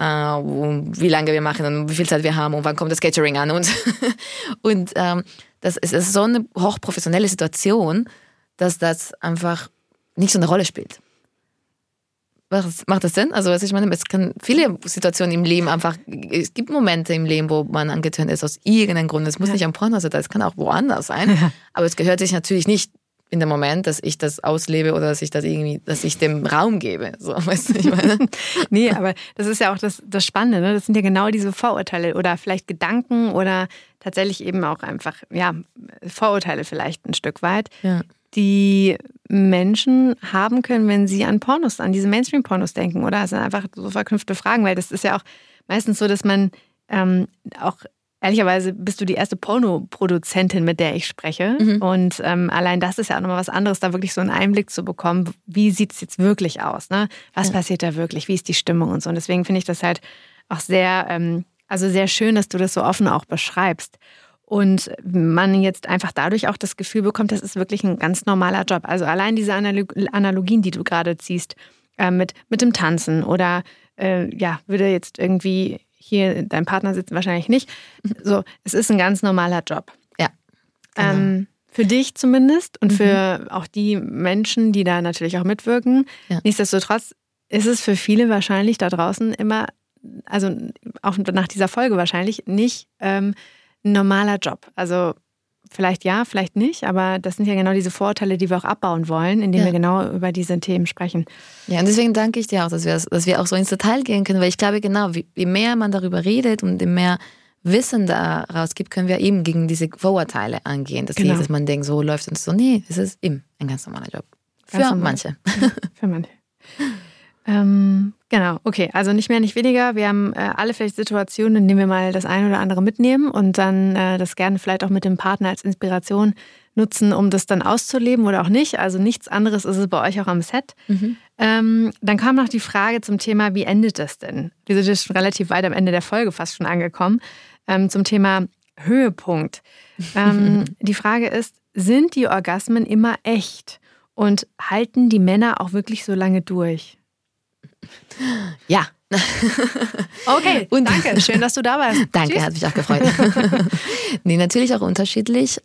wie lange wir machen und wie viel Zeit wir haben und wann kommt das Catering an und das ist so eine hochprofessionelle Situation, dass das einfach nicht so eine Rolle spielt. Macht das Sinn? Also was ich meine, es kann viele Situationen im Leben einfach, es gibt Momente im Leben, wo man angetönt ist aus irgendeinem Grund. Es muss nicht am Porno sein, es kann auch woanders sein. Ja. Aber es gehört sich natürlich nicht in dem Moment, dass ich das auslebe oder dass ich dem Raum gebe. So, weißt du, ich meine?
Nee, aber das ist ja auch das Spannende, ne? Das sind ja genau diese Vorurteile oder vielleicht Gedanken oder tatsächlich eben auch einfach, ja, Vorurteile vielleicht ein Stück weit, ja, die Menschen haben können, wenn sie an Pornos, an diese Mainstream-Pornos denken, oder? Das sind einfach so verknüpfte Fragen, weil das ist ja auch meistens so, dass man auch, ehrlicherweise bist du die erste Pornoproduzentin, mit der ich spreche. Mhm. Und allein das ist ja auch nochmal was anderes, da wirklich so einen Einblick zu bekommen, wie sieht es jetzt wirklich aus, ne? Was passiert da wirklich, wie ist die Stimmung und so. Und deswegen finde ich das halt auch sehr, sehr schön, dass du das so offen auch beschreibst. Und man jetzt einfach dadurch auch das Gefühl bekommt, das ist wirklich ein ganz normaler Job. Also allein diese Analogien, die du gerade ziehst, mit dem Tanzen oder würde jetzt irgendwie hier dein Partner sitzen, wahrscheinlich nicht. So, es ist ein ganz normaler Job.
Ja. Genau.
Für dich zumindest und für auch die Menschen, die da natürlich auch mitwirken. Ja. Nichtsdestotrotz ist es für viele wahrscheinlich da draußen immer, also auch nach dieser Folge wahrscheinlich nicht ein normaler Job. Also vielleicht ja, vielleicht nicht, aber das sind ja genau diese Vorurteile, die wir auch abbauen wollen, indem wir genau über diese Themen sprechen.
Ja, und deswegen danke ich dir auch, dass wir auch so ins Detail gehen können, weil ich glaube genau, je mehr man darüber redet und je mehr Wissen daraus gibt, können wir eben gegen diese Vorurteile angehen. Dass man denkt, so läuft es so. Nee, es ist eben ein ganz normaler Job. Für manche.
Für manche. Genau, okay, also nicht mehr, nicht weniger. Wir haben alle vielleicht Situationen, in denen wir mal das eine oder andere mitnehmen und dann das gerne vielleicht auch mit dem Partner als Inspiration nutzen, um das dann auszuleben oder auch nicht. Also nichts anderes ist es bei euch auch am Set. Mhm. Dann kam noch die Frage zum Thema, wie endet das denn? Wir sind jetzt schon relativ weit am Ende der Folge fast schon angekommen. Zum Thema Höhepunkt. Die Frage ist, sind die Orgasmen immer echt? Und halten die Männer auch wirklich so lange durch?
Ja.
Okay, und danke. Schön, dass du da warst.
Danke,
Tschüss.
hat mich auch gefreut. Nee, natürlich auch unterschiedlich.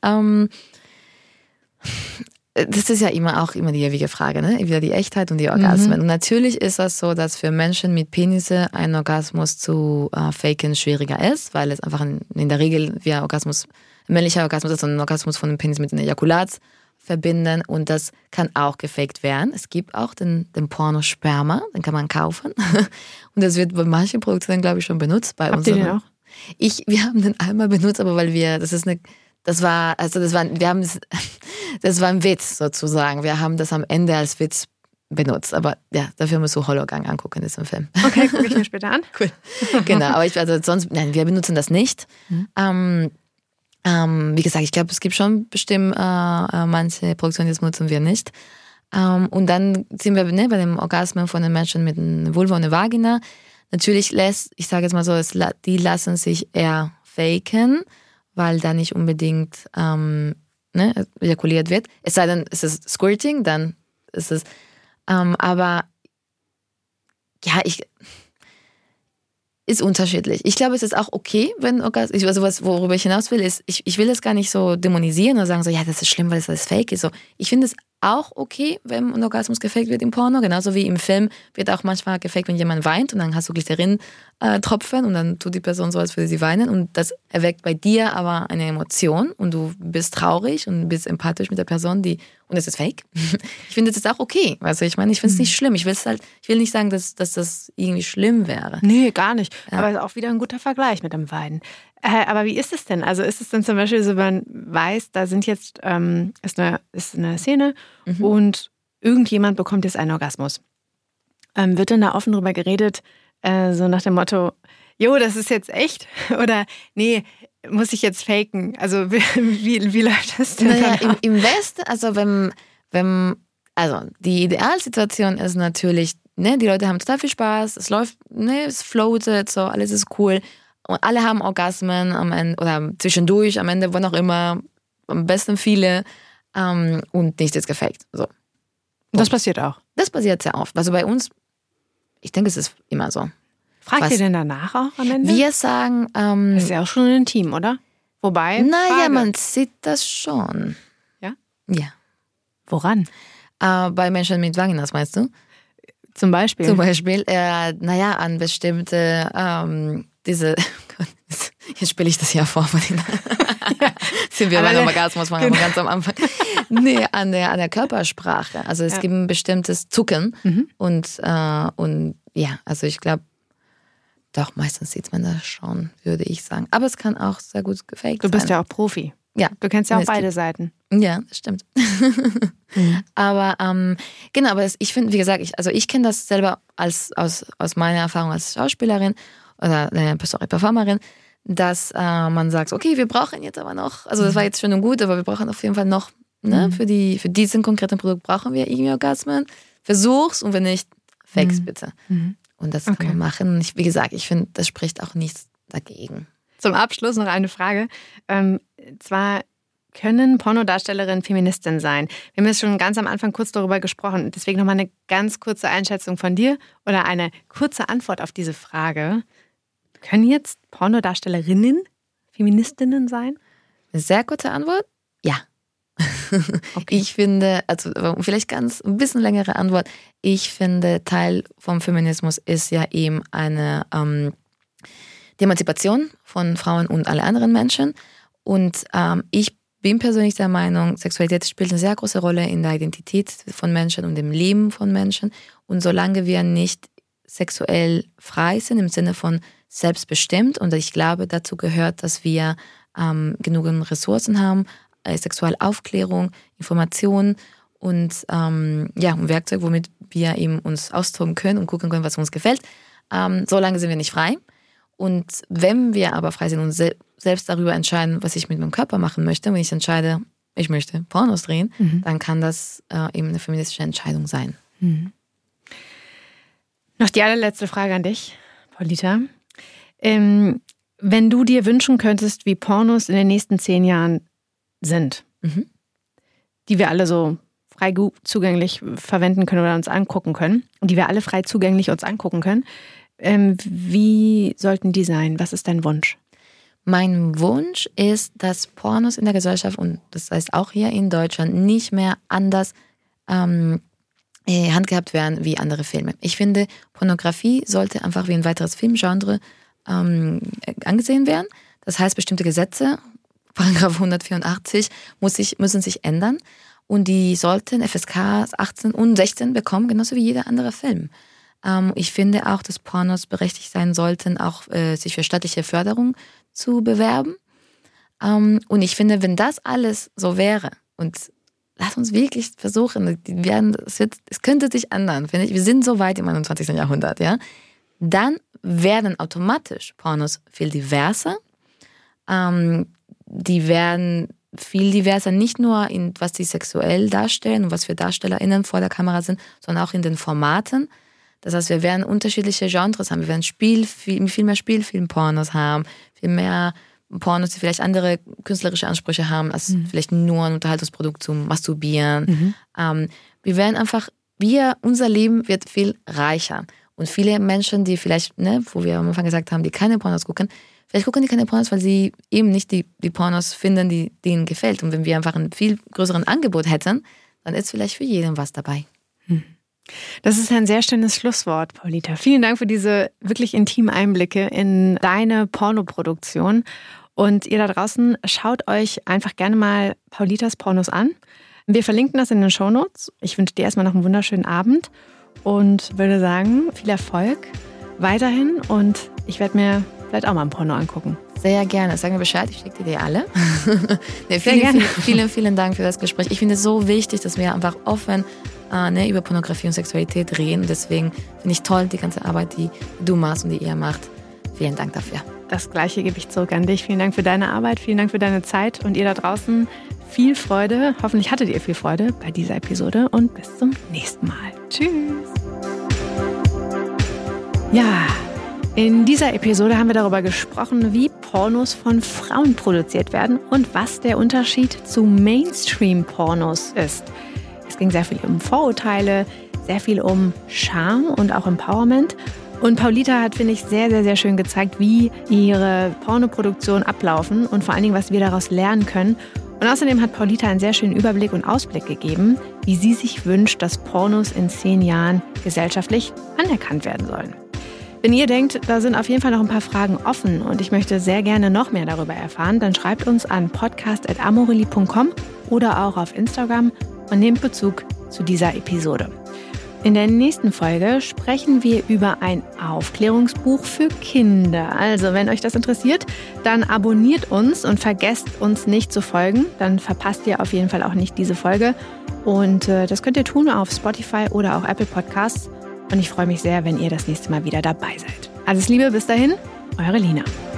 Das ist ja immer die ewige Frage, ne? Wieder die Echtheit und die Orgasmen. Und natürlich ist das so, dass für Menschen mit Penisse ein Orgasmus zu faken schwieriger ist, weil es einfach in der Regel männlicher Orgasmus ist, ein Orgasmus von dem Penis mit dem Ejakulat verbinden und das kann auch gefaked werden. Es gibt auch den Pornosperma, den kann man kaufen und das wird bei manchen Produktionen, glaube ich, schon benutzt.
Habt ihr den auch?
Wir haben den einmal benutzt, aber weil das war ein Witz sozusagen. Wir haben das am Ende als Witz benutzt, aber ja, dafür musst du Hologang angucken in diesem Film.
Okay, gucke ich mir später an.
Cool. Genau, aber wir benutzen das nicht. Wie gesagt, ich glaube, es gibt schon bestimmt manche Produktionen, das nutzen wir nicht. Und dann sind wir bei dem Orgasmen von den Menschen mit einer Vulva und einer Vagina. Natürlich ich sage jetzt mal so, die lassen sich eher faken, weil da nicht unbedingt ejakuliert wird. Es sei denn, es ist Squirting, dann ist es. Aber ja, ist unterschiedlich. Ich glaube, es ist auch okay, wenn worüber ich hinaus will, ist, ich will das gar nicht so dämonisieren oder sagen so, ja, das ist schlimm, weil das alles fake ist. So, ich finde es auch okay, wenn ein Orgasmus gefaked wird im Porno, genauso wie im Film wird auch manchmal gefaked, wenn jemand weint und dann hast du Glycerin-Tropfen und dann tut die Person so, als würde sie weinen und das erweckt bei dir aber eine Emotion und du bist traurig und bist empathisch mit der Person, und es ist fake. Ich finde, das ist auch okay. Also ich meine, ich finde es nicht schlimm. Ich will nicht sagen, dass das irgendwie schlimm wäre.
Nee, gar nicht. Ja. Aber auch wieder ein guter Vergleich mit dem Weinen. Aber wie ist es denn? Also ist es denn zum Beispiel so, man weiß, da sind jetzt, ist eine Szene und irgendjemand bekommt jetzt einen Orgasmus. Wird dann da offen drüber geredet, so nach dem Motto, jo, das ist jetzt echt? Oder nee, muss ich jetzt faken? Also wie läuft das denn?
Naja, im Westen, also also die Idealsituation ist natürlich, ne, die Leute haben total viel Spaß, es läuft, ne, es floatet, so, alles ist cool. Und alle haben Orgasmen am Ende oder zwischendurch, am Ende, wann auch immer, am besten viele und nichts ist gefaked. So.
Das passiert auch? Das
passiert sehr oft. Also bei uns, ich denke, es ist immer so.
Fragt ihr denn danach auch am Ende?
Wir sagen...
das ist ja auch schon intim, oder? Wobei...
Naja, man sieht das schon.
Ja?
Ja.
Woran?
Bei Menschen mit Vaginas, meinst du?
Zum Beispiel?
An bestimmte... jetzt spiele ich das ja vor. Sind wir beim Orgasmus ganz am Anfang. Nee, an der Körpersprache. Also es gibt ein bestimmtes Zucken und ja, also ich glaube, doch, meistens sieht man das schon, würde ich sagen. Aber es kann auch sehr gut gefaked sein.
Du bist ja auch Profi.
Ja.
Du kennst ja auch beide Seiten.
Ja, das stimmt. Aber genau, aber ich finde, wie gesagt, ich kenne das selber aus meiner Erfahrung als Schauspielerin oder Performerin, dass man sagt, okay, wir brauchen jetzt aber noch, also das war jetzt schön und gut, aber wir brauchen auf jeden Fall noch, ne, für diesen konkreten Produkt brauchen wir irgendwie Orgasmen. Versuch's und wenn nicht, fakes bitte. Und das kann man machen. Wie gesagt, ich finde, das spricht auch nichts dagegen.
Zum Abschluss noch eine Frage. Zwar können Pornodarstellerinnen Feministinnen sein. Wir haben jetzt schon ganz am Anfang kurz darüber gesprochen. Deswegen nochmal eine ganz kurze Einschätzung von dir oder eine kurze Antwort auf diese Frage. Können jetzt Pornodarstellerinnen Feministinnen sein?
Eine sehr kurze Antwort? Ja. Okay. Ich finde, also vielleicht ganz ein bisschen längere Antwort. Ich finde, Teil vom Feminismus ist ja eben die Emanzipation von Frauen und alle anderen Menschen. Und ich bin persönlich der Meinung, Sexualität spielt eine sehr große Rolle in der Identität von Menschen und im Leben von Menschen. Und solange wir nicht sexuell frei sind, im Sinne von selbstbestimmt, und ich glaube, dazu gehört, dass wir genügend Ressourcen haben, Sexualaufklärung, Informationen und ein Werkzeug, womit wir eben uns austoben können und gucken können, was uns gefällt. Solange sind wir nicht frei. Und wenn wir aber frei sind und selbst darüber entscheiden, was ich mit meinem Körper machen möchte, wenn ich entscheide, ich möchte Pornos drehen, dann kann das eben eine feministische Entscheidung sein.
Noch die allerletzte Frage an dich, Paulita. Wenn du dir wünschen könntest, wie Pornos in den nächsten 10 Jahren sind, die wir alle so frei zugänglich verwenden können oder uns angucken können und die wir alle frei zugänglich uns angucken können. Wie sollten die sein? Was ist dein Wunsch?
Mein Wunsch ist, dass Pornos in der Gesellschaft und das heißt auch hier in Deutschland nicht mehr anders handgehabt werden wie andere Filme. Ich finde, Pornografie sollte einfach wie ein weiteres Filmgenre angesehen werden. Das heißt, bestimmte Gesetze, Paragraph 184, müssen sich ändern und die sollten FSK 18 und 16 bekommen, genauso wie jeder andere Film. Ich finde auch, dass Pornos berechtigt sein sollten, auch sich für staatliche Förderung zu bewerben. Und ich finde, wenn das alles so wäre und lass uns wirklich versuchen, es könnte sich ändern, finde ich. Wir sind so weit im 21. Jahrhundert, ja. Dann werden automatisch Pornos viel diverser. Die werden viel diverser, nicht nur in was sie sexuell darstellen und was für DarstellerInnen vor der Kamera sind, sondern auch in den Formaten. Das heißt, wir werden unterschiedliche Genres haben. Wir werden viel mehr Spielfilm-Pornos haben, viel mehr Pornos, die vielleicht andere künstlerische Ansprüche haben, als vielleicht nur ein Unterhaltungsprodukt zum Masturbieren. Wir werden einfach, unser Leben wird viel reicher. Und viele Menschen, die vielleicht, wo wir am Anfang gesagt haben, die keine Pornos gucken, vielleicht gucken die keine Pornos, weil sie eben nicht die Pornos finden, die ihnen gefällt. Und wenn wir einfach ein viel größeres Angebot hätten, dann ist vielleicht für jeden was dabei.
Das ist ein sehr schönes Schlusswort, Paulita. Vielen Dank für diese wirklich intimen Einblicke in deine Pornoproduktion. Und ihr da draußen, schaut euch einfach gerne mal Paulitas Pornos an. Wir verlinken das in den Shownotes. Ich wünsche dir erstmal noch einen wunderschönen Abend und würde sagen, viel Erfolg weiterhin. Und ich werde mir vielleicht auch mal ein Porno angucken.
Sehr gerne. Sag mir Bescheid, ich schicke dir alle. Vielen Dank für das Gespräch. Ich finde es so wichtig, dass wir einfach offen über Pornografie und Sexualität reden. Deswegen finde ich toll, die ganze Arbeit, die du machst und die ihr macht. Vielen Dank dafür.
Das Gleiche gebe ich zurück an dich. Vielen Dank für deine Arbeit, vielen Dank für deine Zeit und ihr da draußen viel Freude. Hoffentlich hattet ihr viel Freude bei dieser Episode und bis zum nächsten Mal. Tschüss. Ja, in dieser Episode haben wir darüber gesprochen, wie Pornos von Frauen produziert werden und was der Unterschied zu Mainstream-Pornos ist. Es ging sehr viel um Vorurteile, sehr viel um Charme und auch Empowerment. Und Paulita hat, finde ich, sehr, sehr, sehr schön gezeigt, wie ihre Pornoproduktion ablaufen und vor allen Dingen, was wir daraus lernen können. Und außerdem hat Paulita einen sehr schönen Überblick und Ausblick gegeben, wie sie sich wünscht, dass Pornos in 10 Jahren gesellschaftlich anerkannt werden sollen. Wenn ihr denkt, da sind auf jeden Fall noch ein paar Fragen offen und ich möchte sehr gerne noch mehr darüber erfahren, dann schreibt uns an podcast@amorelli.com oder auch auf Instagram und nehmt Bezug zu dieser Episode. In der nächsten Folge sprechen wir über ein Aufklärungsbuch für Kinder. Also, wenn euch das interessiert, dann abonniert uns und vergesst uns nicht zu folgen. Dann verpasst ihr auf jeden Fall auch nicht diese Folge. Und das könnt ihr tun auf Spotify oder auch Apple Podcasts. Und ich freue mich sehr, wenn ihr das nächste Mal wieder dabei seid. Alles Liebe, bis dahin, eure Lina.